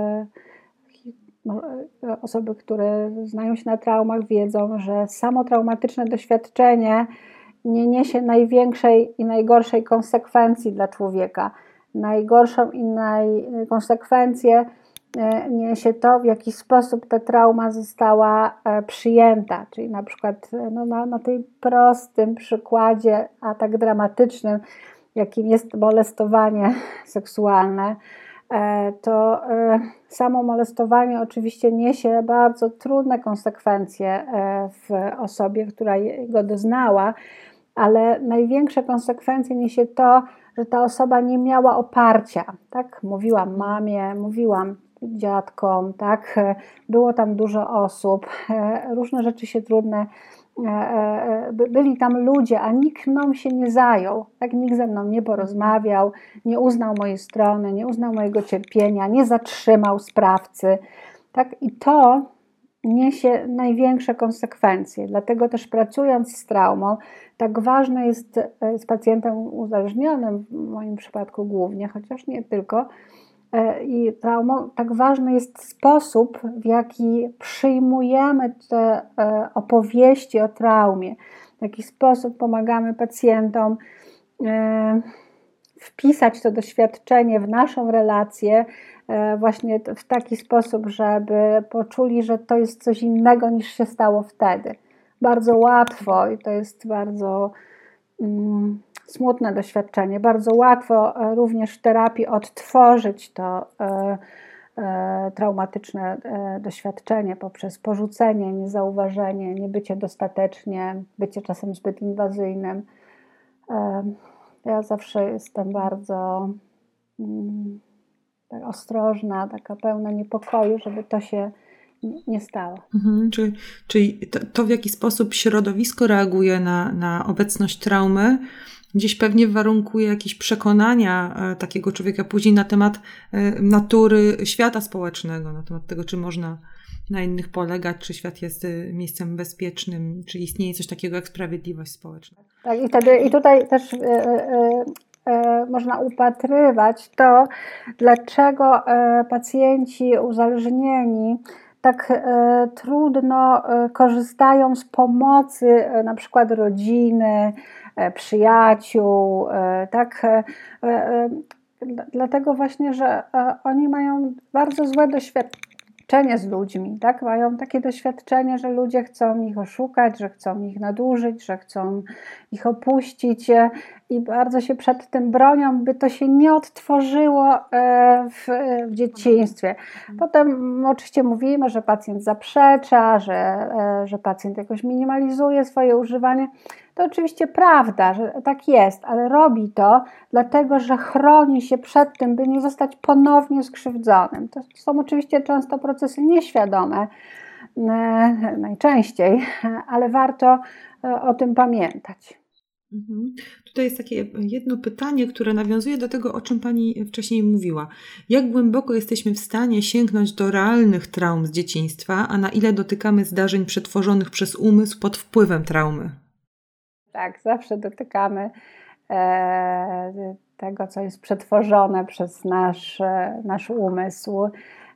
Osoby, które znają się na traumach, wiedzą, że samo traumatyczne doświadczenie nie niesie największej i najgorszej konsekwencji dla człowieka. Najgorszą i konsekwencję niesie to, w jaki sposób ta trauma została przyjęta. Czyli na przykład na tej prostym przykładzie, a tak dramatycznym, jakim jest molestowanie seksualne, to samo molestowanie oczywiście niesie bardzo trudne konsekwencje w osobie, która go doznała, ale największe konsekwencje niesie to, że ta osoba nie miała oparcia. Tak? Mówiłam mamie, mówiłam dziadkom, tak? Było tam dużo osób, różne rzeczy się trudne, byli tam ludzie, a nikt mną się nie zajął, tak? Nikt ze mną nie porozmawiał, nie uznał mojej strony, nie uznał mojego cierpienia, nie zatrzymał sprawcy. Tak? I to niesie największe konsekwencje. Dlatego też pracując z traumą, tak ważne jest z pacjentem uzależnionym, w moim przypadku głównie, chociaż nie tylko, i traumą, tak ważny jest sposób, w jaki przyjmujemy te opowieści o traumie, w jaki sposób pomagamy pacjentom wpisać to doświadczenie w naszą relację właśnie w taki sposób, żeby poczuli, że to jest coś innego niż się stało wtedy. Bardzo łatwo i to jest bardzo smutne doświadczenie. Bardzo łatwo również w terapii odtworzyć to traumatyczne doświadczenie poprzez porzucenie, niezauważenie, niebycie dostatecznie, bycie czasem zbyt inwazyjnym. Ja zawsze jestem bardzo ostrożna, taka pełna niepokoju, żeby to się nie stało. Czyli to, w jaki sposób środowisko reaguje na obecność traumy, gdzieś pewnie warunkuje jakieś przekonania takiego człowieka później na temat natury świata społecznego, na temat tego, czy można na innych polegać, czy świat jest miejscem bezpiecznym, czy istnieje coś takiego jak sprawiedliwość społeczna. Tak, i tutaj też można upatrywać to, dlaczego pacjenci uzależnieni tak trudno korzystają z pomocy na przykład rodziny, przyjaciół, tak? Dlatego właśnie, że oni mają bardzo złe doświadczenie z ludźmi, tak? Mają takie doświadczenie, że ludzie chcą ich oszukać, że chcą ich nadużyć, że chcą ich opuścić i bardzo się przed tym bronią, by to się nie odtworzyło w dzieciństwie. Potem oczywiście mówimy, że pacjent zaprzecza, że pacjent jakoś minimalizuje swoje używanie. To oczywiście prawda, że tak jest, ale robi to dlatego, że chroni się przed tym, by nie zostać ponownie skrzywdzonym. To są oczywiście często procesy nieświadome, najczęściej, ale warto o tym pamiętać. Tutaj jest takie jedno pytanie, które nawiązuje do tego, o czym Pani wcześniej mówiła. Jak głęboko jesteśmy w stanie sięgnąć do realnych traum z dzieciństwa, a na ile dotykamy zdarzeń przetworzonych przez umysł pod wpływem traumy? Tak, zawsze dotykamy tego, co jest przetworzone przez nasz umysł.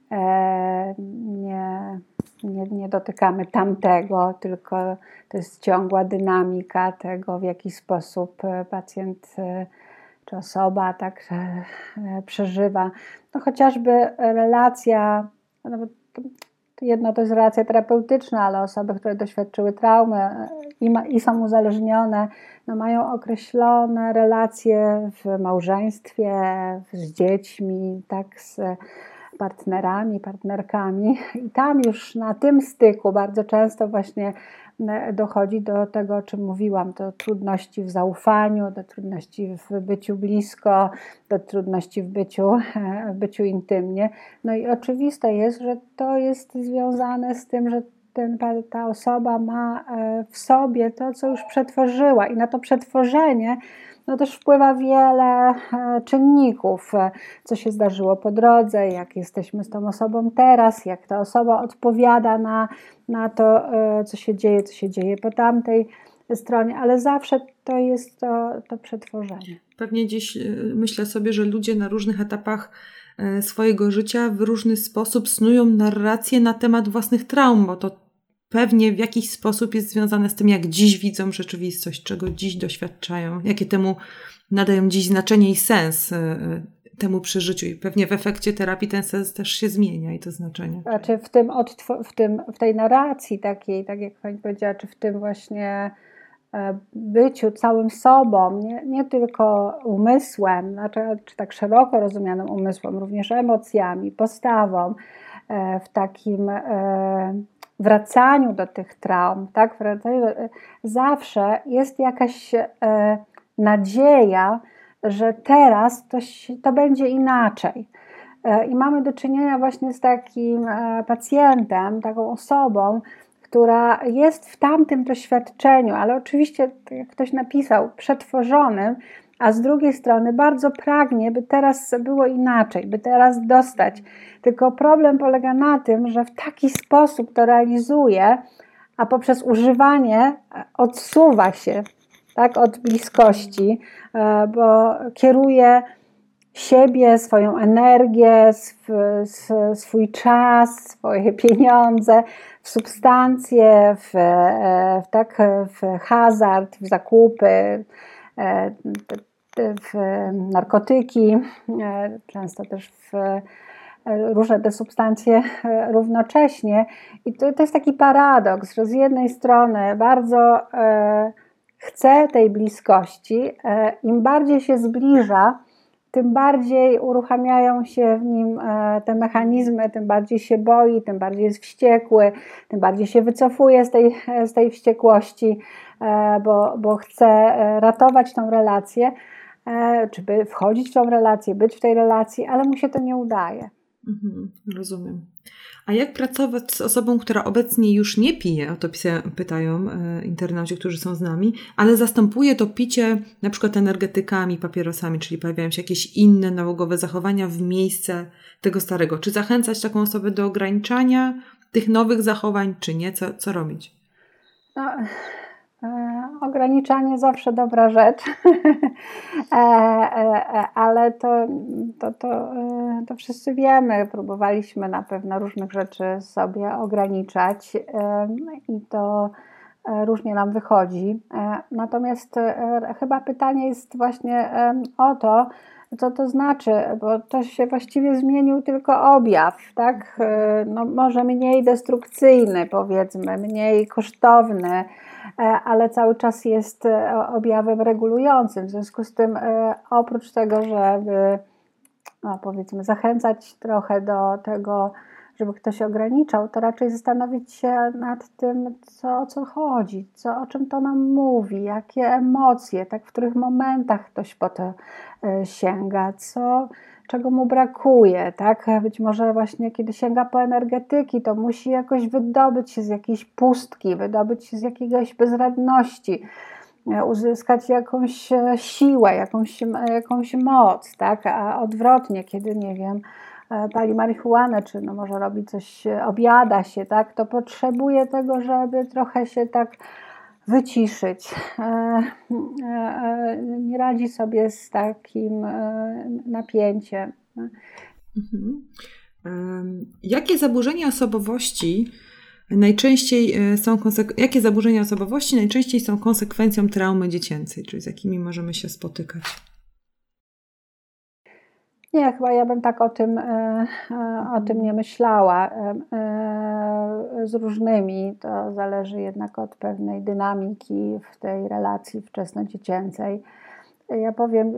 Nie dotykamy tamtego, tylko to jest ciągła dynamika tego, w jaki sposób pacjent czy osoba tak przeżywa. No chociażby relacja, no bo jedno to jest relacja terapeutyczna, ale osoby, które doświadczyły traumy i są uzależnione, no mają określone relacje w małżeństwie, z dziećmi, tak, z partnerami, partnerkami i tam już na tym styku bardzo często właśnie dochodzi do tego, o czym mówiłam, do trudności w zaufaniu, do trudności w byciu blisko, do trudności w byciu intymnie. No i oczywiste jest, że to jest związane z tym, że ta osoba ma w sobie to, co już przetworzyła i na to przetworzenie no też wpływa wiele czynników, co się zdarzyło po drodze, jak jesteśmy z tą osobą teraz, jak ta osoba odpowiada na to, co się dzieje po tamtej stronie, ale zawsze to jest to przetworzenie. Pewnie gdzieś myślę sobie, że ludzie na różnych etapach swojego życia w różny sposób snują narracje na temat własnych traum, bo to pewnie w jakiś sposób jest związane z tym, jak dziś widzą rzeczywistość, czego dziś doświadczają, jakie temu nadają dziś znaczenie i sens temu przeżyciu. I pewnie w efekcie terapii ten sens też się zmienia i to znaczenie. Znaczy w tej narracji takiej, tak jak Pani powiedziała, czy w tym właśnie byciu całym sobą, nie tylko umysłem, znaczy, czy tak szeroko rozumianym umysłem, również emocjami, postawą, w takim wracaniu do tych traum, tak? Zawsze jest jakaś nadzieja, że teraz to będzie inaczej. I mamy do czynienia właśnie z takim pacjentem, taką osobą, która jest w tamtym doświadczeniu, ale oczywiście, jak ktoś napisał, przetworzonym, a z drugiej strony bardzo pragnie, by teraz było inaczej, by teraz dostać. Tylko problem polega na tym, że w taki sposób to realizuje, a poprzez używanie odsuwa się, tak, od bliskości, bo kieruje siebie, swoją energię, swój czas, swoje pieniądze w substancje, w hazard, w zakupy, w narkotyki, często też w różne te substancje równocześnie. I to jest taki paradoks, że z jednej strony bardzo chce tej bliskości, im bardziej się zbliża, tym bardziej uruchamiają się w nim te mechanizmy, tym bardziej się boi, tym bardziej jest wściekły, tym bardziej się wycofuje z tej wściekłości, bo chce ratować tą relację, czy by wchodzić w tą relację, być w tej relacji, ale mu się to nie udaje. Rozumiem. A jak pracować z osobą, która obecnie już nie pije, o to pytają internauci, którzy są z nami, ale zastępuje to picie na przykład energetykami, papierosami, czyli pojawiają się jakieś inne nałogowe zachowania w miejsce tego starego. Czy zachęcać taką osobę do ograniczania tych nowych zachowań, czy nie? Co robić? No, ograniczanie zawsze dobra rzecz, ale to wszyscy wiemy, próbowaliśmy na pewno różnych rzeczy sobie ograniczać i to różnie nam wychodzi. Natomiast chyba pytanie jest właśnie o to, co to znaczy, bo to się właściwie zmienił tylko objaw, tak? No, może mniej destrukcyjny, powiedzmy, mniej kosztowny, ale cały czas jest objawem regulującym. W związku z tym, oprócz tego, żeby powiedzmy zachęcać trochę do tego, żeby ktoś ograniczał, to raczej zastanowić się nad tym, o co chodzi, o czym to nam mówi, jakie emocje, tak, w których momentach ktoś po to sięga, czego mu brakuje, tak? Być może właśnie kiedy sięga po energetyki, to musi jakoś wydobyć się z jakiejś pustki, wydobyć się z jakiegoś bezradności. uzyskać jakąś siłę, jakąś moc, tak? A odwrotnie, kiedy, nie wiem, pali marihuanę, czy no może robi coś, obiada się, tak? To potrzebuje tego, żeby trochę się tak wyciszyć. Nie radzi sobie z takim napięciem. Mhm. Jakie zaburzenia osobowości jakie zaburzenia osobowości najczęściej są konsekwencją traumy dziecięcej, czyli z jakimi możemy się spotykać? Nie, chyba ja bym tak o tym nie myślała. Z różnymi, to zależy jednak od pewnej dynamiki w tej relacji wczesnodziecięcej. Ja powiem,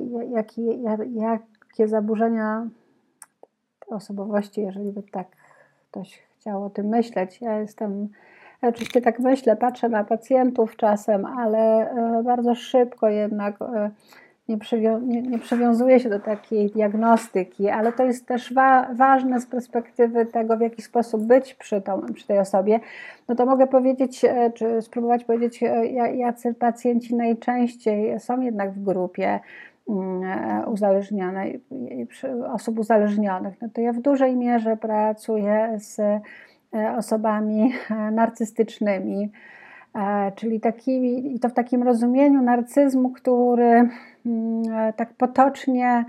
jakie zaburzenia osobowości, jeżeli by tak ktoś chciał o tym myśleć. Ja oczywiście tak myślę, patrzę na pacjentów czasem, ale bardzo szybko jednak nie przywiązuję się do takiej diagnostyki, ale to jest też ważne z perspektywy tego, w jaki sposób być przy tej osobie. No to mogę powiedzieć, czy spróbować powiedzieć, jacy pacjenci najczęściej są jednak w grupie uzależnionej, osób uzależnionych. No to ja w dużej mierze pracuję z osobami narcystycznymi, czyli takimi, i to w takim rozumieniu narcyzmu, który tak potocznie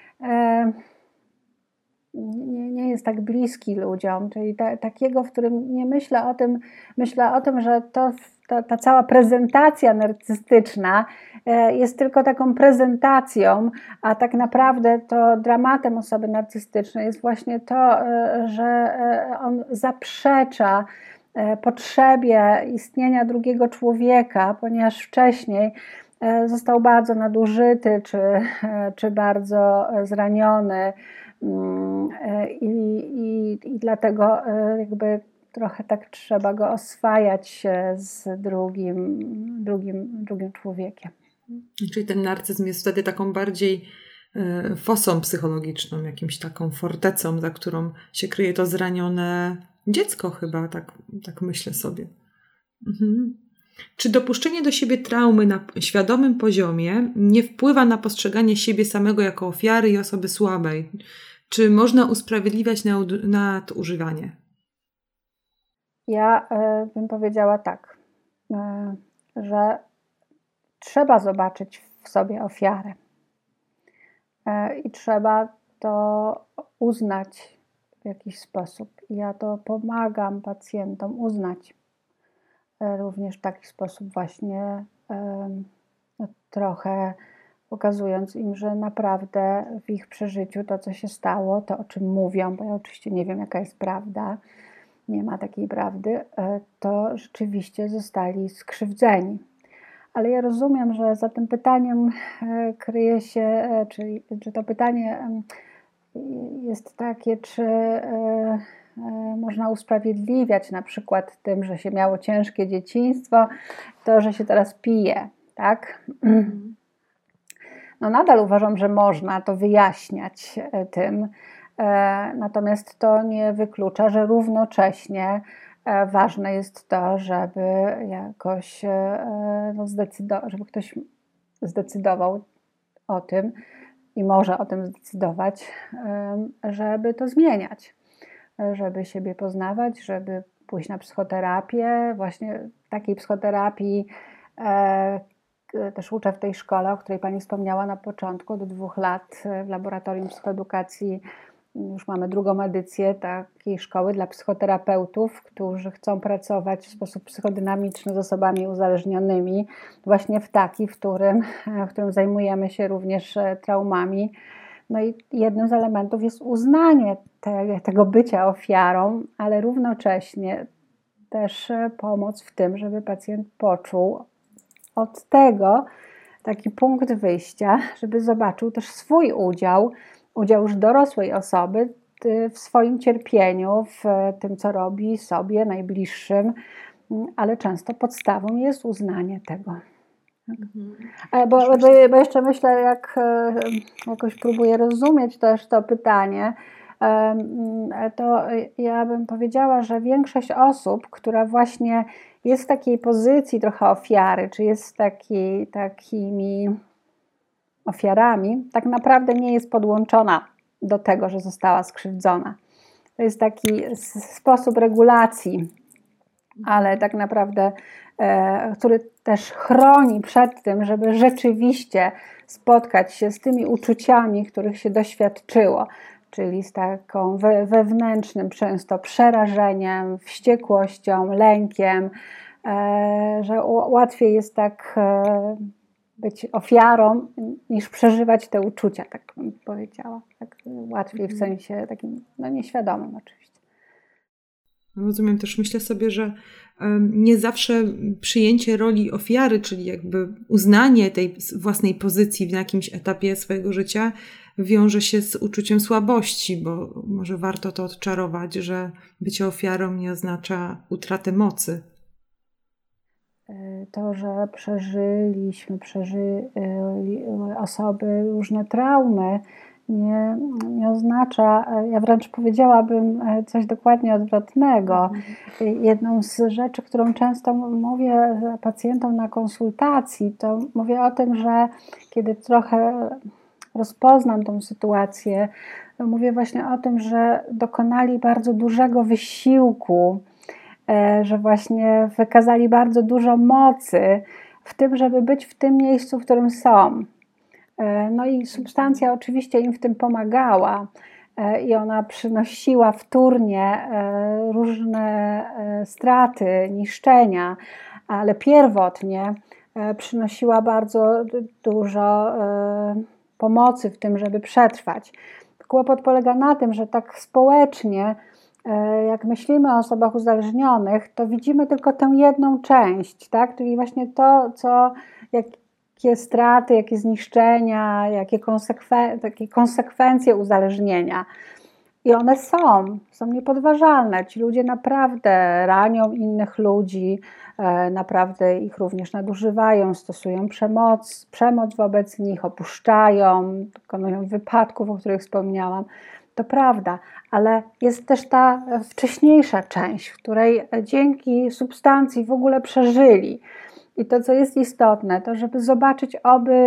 nie jest tak bliski ludziom, czyli takiego, w którym nie myślę o tym, że ta cała prezentacja narcystyczna jest tylko taką prezentacją, a tak naprawdę to dramatem osoby narcystycznej jest właśnie to, że on zaprzecza potrzebie istnienia drugiego człowieka, ponieważ wcześniej został bardzo nadużyty czy bardzo zraniony i dlatego jakby trochę tak trzeba go oswajać z drugim człowiekiem. Czyli ten narcyzm jest wtedy taką bardziej fosą psychologiczną, jakimś taką fortecą, za którą się kryje to zranione dziecko chyba, tak myślę sobie. Mhm. Czy dopuszczenie do siebie traumy na świadomym poziomie nie wpływa na postrzeganie siebie samego jako ofiary i osoby słabej? Czy można usprawiedliwiać nadużywanie? Ja bym powiedziała tak, że trzeba zobaczyć w sobie ofiarę i trzeba to uznać w jakiś sposób. Ja to pomagam pacjentom uznać również w taki sposób właśnie trochę pokazując im, że naprawdę w ich przeżyciu to, co się stało, to o czym mówią, bo ja oczywiście nie wiem, jaka jest prawda, nie ma takiej prawdy, to rzeczywiście zostali skrzywdzeni. Ale ja rozumiem, że za tym pytaniem kryje się, czy to pytanie jest takie, czy można usprawiedliwiać na przykład tym, że się miało ciężkie dzieciństwo, to, że się teraz pije, tak? No nadal uważam, że można to wyjaśniać tym, natomiast to nie wyklucza, że równocześnie ważne jest to, żeby jakoś żeby ktoś zdecydował o tym i może o tym zdecydować, żeby to zmieniać, żeby siebie poznawać, żeby pójść na psychoterapię. Właśnie takiej psychoterapii też uczę w tej szkole, o której Pani wspomniała na początku, od 2 lat w Laboratorium Psychoedukacji. Już mamy 2. edycję takiej szkoły dla psychoterapeutów, którzy chcą pracować w sposób psychodynamiczny z osobami uzależnionymi, właśnie w którym zajmujemy się również traumami. No i jednym z elementów jest uznanie tego bycia ofiarą, ale równocześnie też pomoc w tym, żeby pacjent poczuł od tego taki punkt wyjścia, żeby zobaczył też swój udział już dorosłej osoby w swoim cierpieniu, w tym, co robi sobie, najbliższym, ale często podstawą jest uznanie tego. Bo jeszcze myślę, jak jakoś próbuję rozumieć też to pytanie, to ja bym powiedziała, że większość osób, która właśnie jest w takiej pozycji trochę ofiary, czy jest takimi ofiarami, tak naprawdę nie jest podłączona do tego, że została skrzywdzona. To jest taki sposób regulacji, ale tak naprawdę, który też chroni przed tym, żeby rzeczywiście spotkać się z tymi uczuciami, których się doświadczyło, czyli z taką wewnętrznym często przerażeniem, wściekłością, lękiem, że łatwiej jest tak być ofiarą niż przeżywać te uczucia, tak bym powiedziała. Tak łatwiej w sensie takim nieświadomym oczywiście. Rozumiem, też myślę sobie, że nie zawsze przyjęcie roli ofiary, czyli jakby uznanie tej własnej pozycji na jakimś etapie swojego życia wiąże się z uczuciem słabości, bo może warto to odczarować, że bycie ofiarą nie oznacza utratę mocy. To, że przeżyli osoby różne traumy, nie oznacza, ja wręcz powiedziałabym coś dokładnie odwrotnego. Jedną z rzeczy, którą często mówię pacjentom na konsultacji, to mówię o tym, że kiedy trochę rozpoznam tą sytuację, to mówię właśnie o tym, że dokonali bardzo dużego wysiłku, że właśnie wykazali bardzo dużo mocy w tym, żeby być w tym miejscu, w którym są. No i substancja oczywiście im w tym pomagała i ona przynosiła wtórnie różne straty, niszczenia, ale pierwotnie przynosiła bardzo dużo pomocy w tym, żeby przetrwać. Kłopot polega na tym, że tak społecznie, jak myślimy o osobach uzależnionych, to widzimy tylko tę jedną część, tak? Czyli właśnie to, jakie straty, jakie zniszczenia, takie konsekwencje uzależnienia. I one są niepodważalne. Ci ludzie naprawdę ranią innych ludzi, naprawdę ich również nadużywają, stosują przemoc wobec nich, opuszczają, dokonują wypadków, o których wspomniałam. To prawda, ale jest też ta wcześniejsza część, w której dzięki substancji w ogóle przeżyli. I to, co jest istotne, to żeby zobaczyć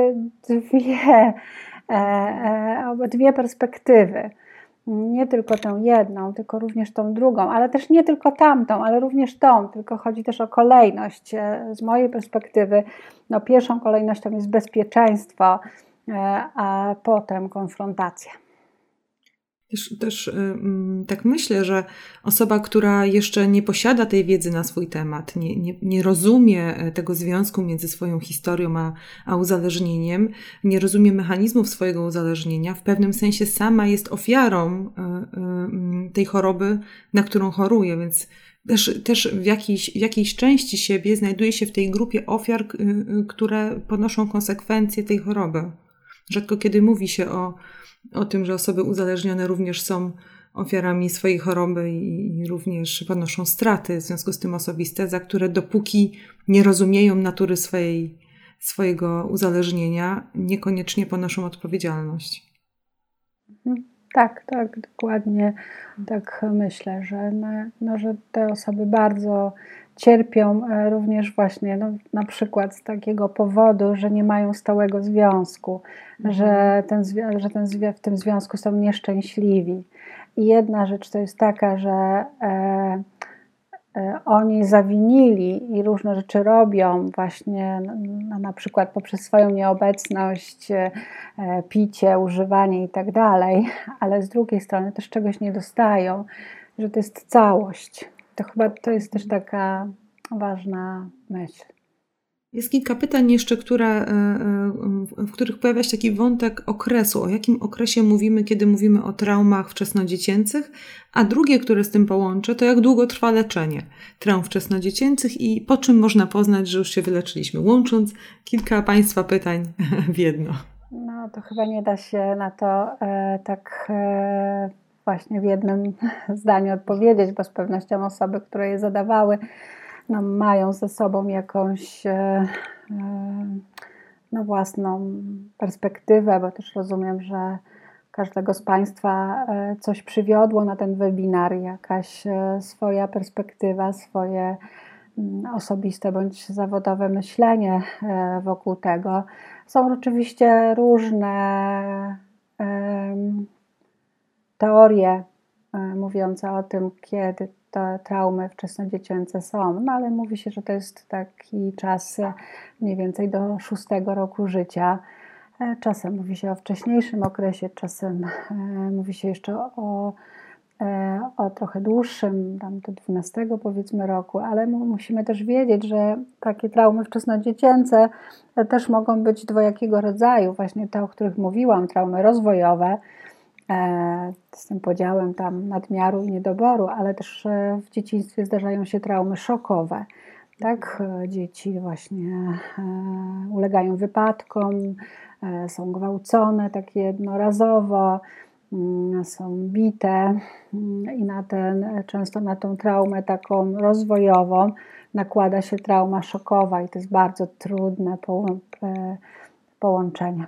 obydwie perspektywy. Nie tylko tę jedną, tylko również tą drugą, ale też nie tylko tamtą, ale również tą, tylko chodzi też o kolejność. Z mojej perspektywy pierwszą kolejnością jest bezpieczeństwo, a potem konfrontacja. Też tak myślę, że osoba, która jeszcze nie posiada tej wiedzy na swój temat, nie rozumie tego związku między swoją historią a uzależnieniem, nie rozumie mechanizmów swojego uzależnienia, w pewnym sensie sama jest ofiarą tej choroby, na którą choruje, więc też w jakiejś części siebie znajduje się w tej grupie ofiar, które ponoszą konsekwencje tej choroby. Rzadko kiedy mówi się o tym, że osoby uzależnione również są ofiarami swojej choroby i również ponoszą straty w związku z tym osobiste, za które dopóki nie rozumieją natury swojego uzależnienia, niekoniecznie ponoszą odpowiedzialność. Tak, dokładnie tak myślę, że te osoby bardzo cierpią również właśnie na przykład z takiego powodu, że nie mają stałego związku, że w tym związku są nieszczęśliwi. I jedna rzecz to jest taka, że oni zawinili i różne rzeczy robią właśnie na przykład poprzez swoją nieobecność, picie, używanie i tak dalej, ale z drugiej strony też czegoś nie dostają, że to jest całość. To chyba to jest też taka ważna myśl. Jest kilka pytań jeszcze, w których pojawia się taki wątek okresu. O jakim okresie mówimy, kiedy mówimy o traumach wczesnodziecięcych? A drugie, które z tym połączę, to jak długo trwa leczenie traum wczesnodziecięcych i po czym można poznać, że już się wyleczyliśmy, łącząc kilka Państwa pytań w jedno. No to chyba nie da się na to właśnie w jednym zdaniu odpowiedzieć, bo z pewnością osoby, które je zadawały, mają ze sobą jakąś własną perspektywę, bo też rozumiem, że każdego z Państwa coś przywiodło na ten webinar, jakaś swoja perspektywa, swoje osobiste bądź zawodowe myślenie wokół tego. Są oczywiście różne teorie mówiące o tym, kiedy te traumy wczesnodziecięce są, no ale mówi się, że to jest taki czas mniej więcej do 6 roku życia. Czasem mówi się o wcześniejszym okresie, czasem mówi się jeszcze o trochę dłuższym, tam do 12 powiedzmy roku, ale musimy też wiedzieć, że takie traumy wczesnodziecięce też mogą być dwojakiego rodzaju, właśnie te, o których mówiłam, traumy rozwojowe, z tym podziałem tam nadmiaru i niedoboru, ale też w dzieciństwie zdarzają się traumy szokowe. Tak, dzieci właśnie ulegają wypadkom, są gwałcone tak jednorazowo, są bite i często na tą traumę taką rozwojową nakłada się trauma szokowa i to jest bardzo trudne połączenie.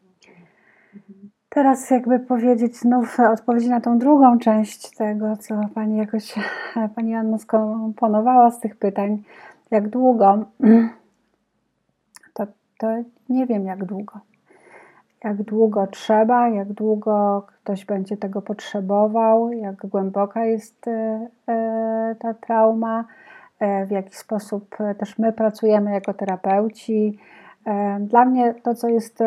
Teraz jakby powiedzieć znów odpowiedzi na tą drugą część tego, co Pani Anno skomponowała z tych pytań. Jak długo? To nie wiem jak długo. Jak długo trzeba, jak długo ktoś będzie tego potrzebował, jak głęboka jest ta trauma, w jaki sposób też my pracujemy jako terapeuci. Dla mnie to, co jest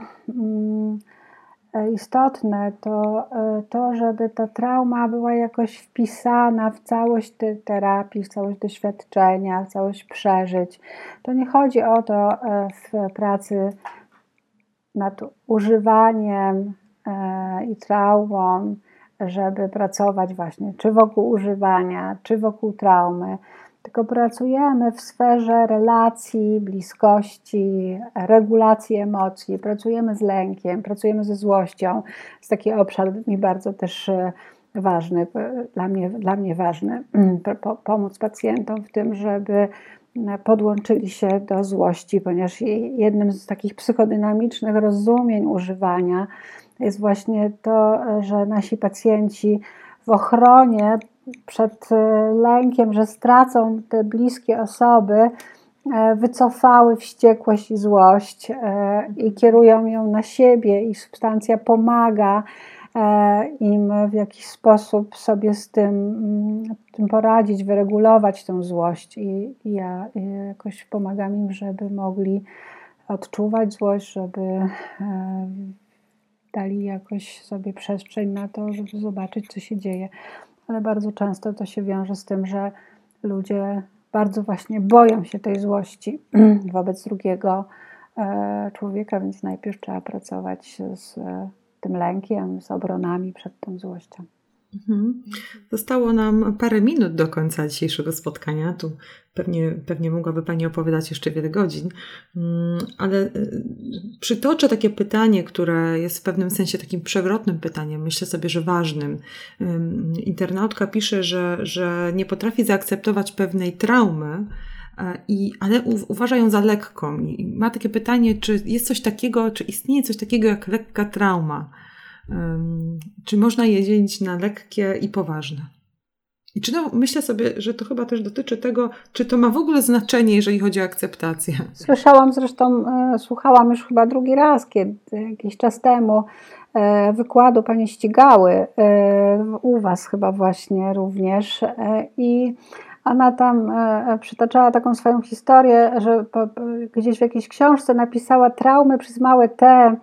istotne, to, żeby ta trauma była jakoś wpisana w całość tej terapii, w całość doświadczenia, w całość przeżyć. To nie chodzi o to w pracy nad używaniem i traumą, żeby pracować właśnie czy wokół używania, czy wokół traumy, tylko pracujemy w sferze relacji, bliskości, regulacji emocji, pracujemy z lękiem, pracujemy ze złością. To jest taki obszar mi bardzo też ważny, dla mnie ważny, pomóc pacjentom w tym, żeby podłączyli się do złości, ponieważ jednym z takich psychodynamicznych rozumień używania jest właśnie to, że nasi pacjenci w ochronie przed lękiem, że stracą te bliskie osoby, wycofały wściekłość i złość i kierują ją na siebie i substancja pomaga im w jakiś sposób sobie z tym poradzić, wyregulować tę złość i ja jakoś pomagam im, żeby mogli odczuwać złość, żeby dali jakoś sobie przestrzeń na to, żeby zobaczyć, co się dzieje. Ale bardzo często to się wiąże z tym, że ludzie bardzo właśnie boją się tej złości wobec drugiego człowieka, więc najpierw trzeba pracować z tym lękiem, z obronami przed tą złością. Zostało nam parę minut do końca dzisiejszego spotkania. Tu pewnie mogłaby Pani opowiadać jeszcze wiele godzin, ale przytoczę takie pytanie, które jest w pewnym sensie takim przewrotnym pytaniem, myślę sobie, że ważnym. Internautka pisze, że nie potrafi zaakceptować pewnej traumy, ale uważa ją za lekką. I ma takie pytanie, czy jest coś takiego, czy istnieje coś takiego jak lekka trauma? Czy można je dzielić na lekkie i poważne? I myślę sobie, że to chyba też dotyczy tego, czy to ma w ogóle znaczenie, jeżeli chodzi o akceptację. Słyszałam zresztą, słuchałam już chyba drugi raz, jakiś czas temu, wykładu pani Ścigały, u Was chyba właśnie również, i ona tam przytaczała taką swoją historię, że gdzieś w jakiejś książce napisała traumy przez małe T,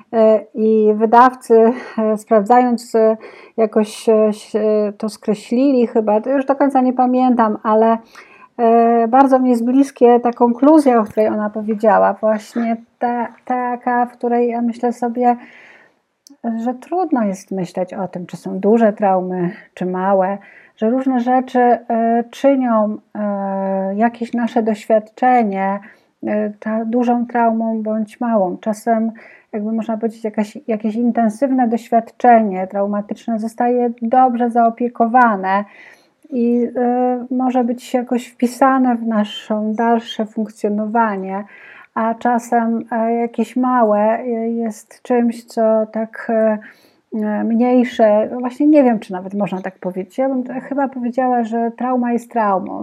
i wydawcy, sprawdzając, jakoś to skreślili chyba, to już do końca nie pamiętam, ale bardzo mi jest bliskie ta konkluzja, o której ona powiedziała, właśnie taka, w której ja myślę sobie, że trudno jest myśleć o tym, czy są duże traumy, czy małe, że różne rzeczy czynią jakieś nasze doświadczenie dużą traumą bądź małą. Czasem, jakby można powiedzieć, jakieś intensywne doświadczenie traumatyczne zostaje dobrze zaopiekowane i może być jakoś wpisane w nasze dalsze funkcjonowanie, a czasem jakieś małe jest czymś, co tak mniejsze, właśnie nie wiem, czy nawet można tak powiedzieć. Ja bym chyba powiedziała, że trauma jest traumą.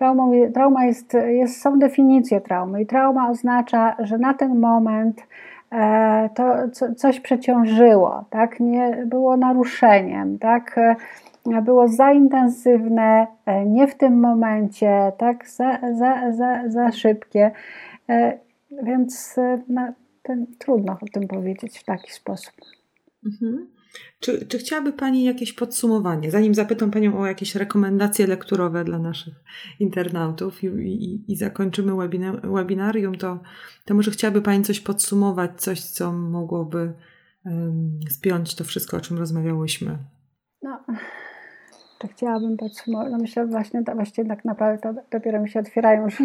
Są definicje traumy i trauma oznacza, że na ten moment to coś przeciążyło, tak? Nie było naruszeniem, tak? Było za intensywne, nie w tym momencie, tak? Za szybkie. Więc trudno o tym powiedzieć w taki sposób. Mhm. Czy chciałaby Pani jakieś podsumowanie? Zanim zapytam Panią o jakieś rekomendacje lekturowe dla naszych internautów i zakończymy webinarium, to może chciałaby Pani coś podsumować, coś, co mogłoby spiąć to wszystko, o czym rozmawiałyśmy? No, to chciałabym podsumować. No myślę, właśnie tak naprawdę to dopiero mi się otwierają już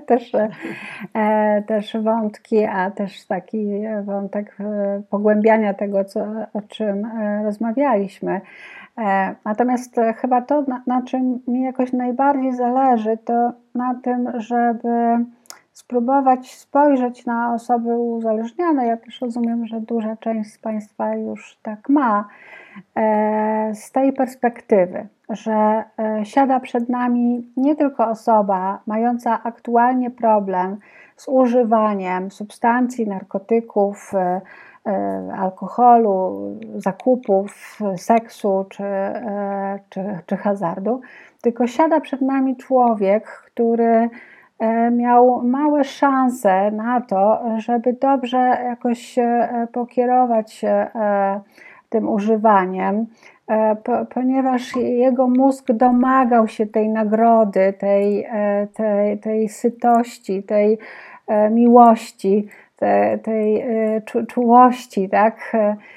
też wątki, a też taki wątek pogłębiania tego, o czym rozmawialiśmy. Natomiast chyba to, na czym mi jakoś najbardziej zależy, to na tym, żeby spróbować spojrzeć na osoby uzależnione. Ja też rozumiem, że duża część z Państwa już tak ma. Z tej perspektywy, że siada przed nami nie tylko osoba mająca aktualnie problem z używaniem substancji, narkotyków, alkoholu, zakupów, seksu czy hazardu, tylko siada przed nami człowiek, który miał małe szanse na to, żeby dobrze jakoś pokierować tym używaniem, ponieważ jego mózg domagał się tej nagrody, tej sytości, tej miłości, tej czułości, tak?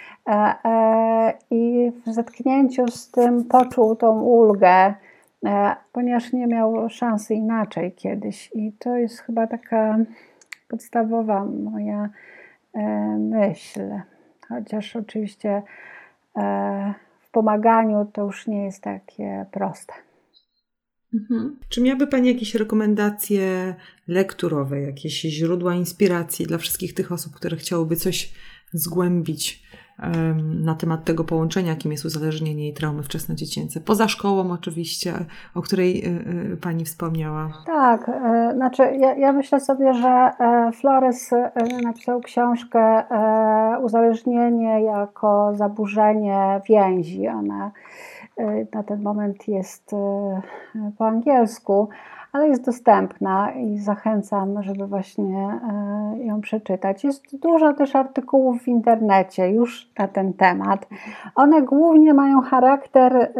I w zetknięciu z tym poczuł tą ulgę, ponieważ nie miał szansy inaczej kiedyś. I to jest chyba taka podstawowa moja myśl. Chociaż oczywiście w pomaganiu to już nie jest takie proste. Mhm. Czy miałaby Pani jakieś rekomendacje lekturowe, jakieś źródła inspiracji dla wszystkich tych osób, które chciałyby coś zgłębić na temat tego połączenia, jakim jest uzależnienie i traumy wczesnodziecięce? Poza szkołą oczywiście, o której Pani wspomniała. Tak, znaczy ja myślę sobie, że Flores napisał książkę Uzależnienie jako zaburzenie więzi. Ona na ten moment jest po angielsku, ale jest dostępna i zachęcam, żeby właśnie ją przeczytać. Jest dużo też artykułów w internecie już na ten temat. One głównie mają charakter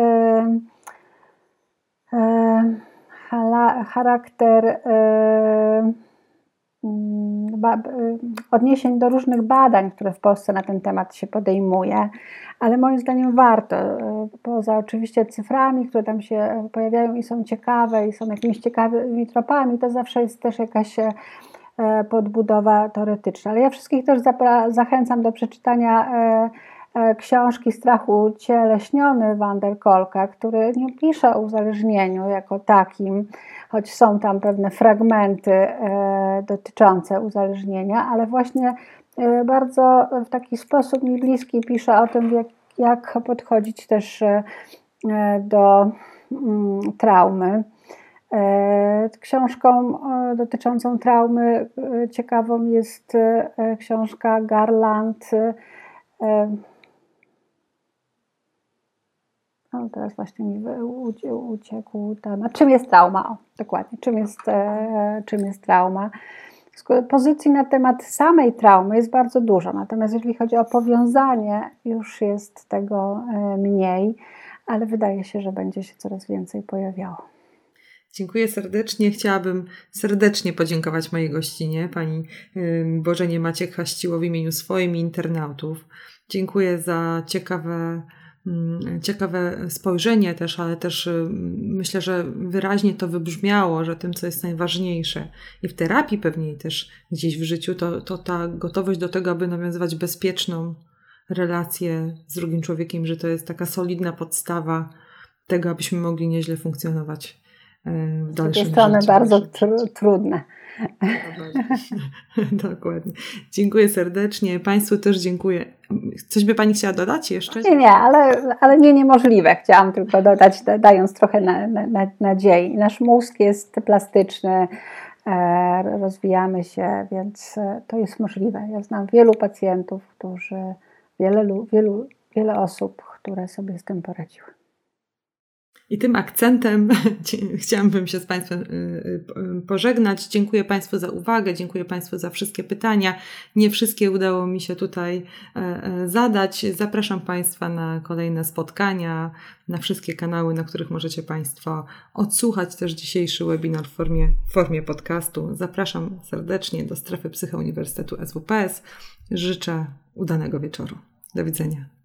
odniesień do różnych badań, które w Polsce na ten temat się podejmuje, ale moim zdaniem warto, poza oczywiście cyframi, które tam się pojawiają i są ciekawe i są jakimiś ciekawymi tropami, to zawsze jest też jakaś podbudowa teoretyczna. Ale ja wszystkich też zachęcam do przeczytania książki Strach ucieleśniony van der Kolka, który nie pisze o uzależnieniu jako takim, choć są tam pewne fragmenty dotyczące uzależnienia, ale właśnie bardzo w taki sposób mi bliski pisze o tym, jak podchodzić też do traumy. Książką dotyczącą traumy ciekawą jest książka Garland. No, teraz właśnie mi uciekł temat. Czym jest trauma? O, dokładnie. Czym jest trauma? Z pozycji na temat samej traumy jest bardzo dużo, natomiast jeżeli chodzi o powiązanie, już jest tego mniej, ale wydaje się, że będzie się coraz więcej pojawiało. Dziękuję serdecznie. Chciałabym serdecznie podziękować mojej gościnie, pani Bożenie Maciek-Haściło w imieniu swoim i internautów. Dziękuję za ciekawe spojrzenie też, ale też myślę, że wyraźnie to wybrzmiało, że tym, co jest najważniejsze i w terapii pewnie też gdzieś w życiu, to ta gotowość do tego, aby nawiązywać bezpieczną relację z drugim człowiekiem, że to jest taka solidna podstawa tego, abyśmy mogli nieźle funkcjonować w dalszym życiu. Z drugiej strony bardzo trudne. Dokładnie. Dziękuję serdecznie. Państwu też dziękuję. Coś by Pani chciała dodać jeszcze? Nie, ale niemożliwe. Chciałam tylko dodać, dając trochę nadziei. Nasz mózg jest plastyczny, rozwijamy się, więc to jest możliwe. Ja znam wielu pacjentów, wiele osób, które sobie z tym poradziły. I tym akcentem chciałabym się z Państwem pożegnać. Dziękuję Państwu za uwagę, dziękuję Państwu za wszystkie pytania. Nie wszystkie udało mi się tutaj zadać. Zapraszam Państwa na kolejne spotkania, na wszystkie kanały, na których możecie Państwo odsłuchać też dzisiejszy webinar w formie podcastu. Zapraszam serdecznie do Strefy Psycha Uniwersytetu SWPS. Życzę udanego wieczoru. Do widzenia.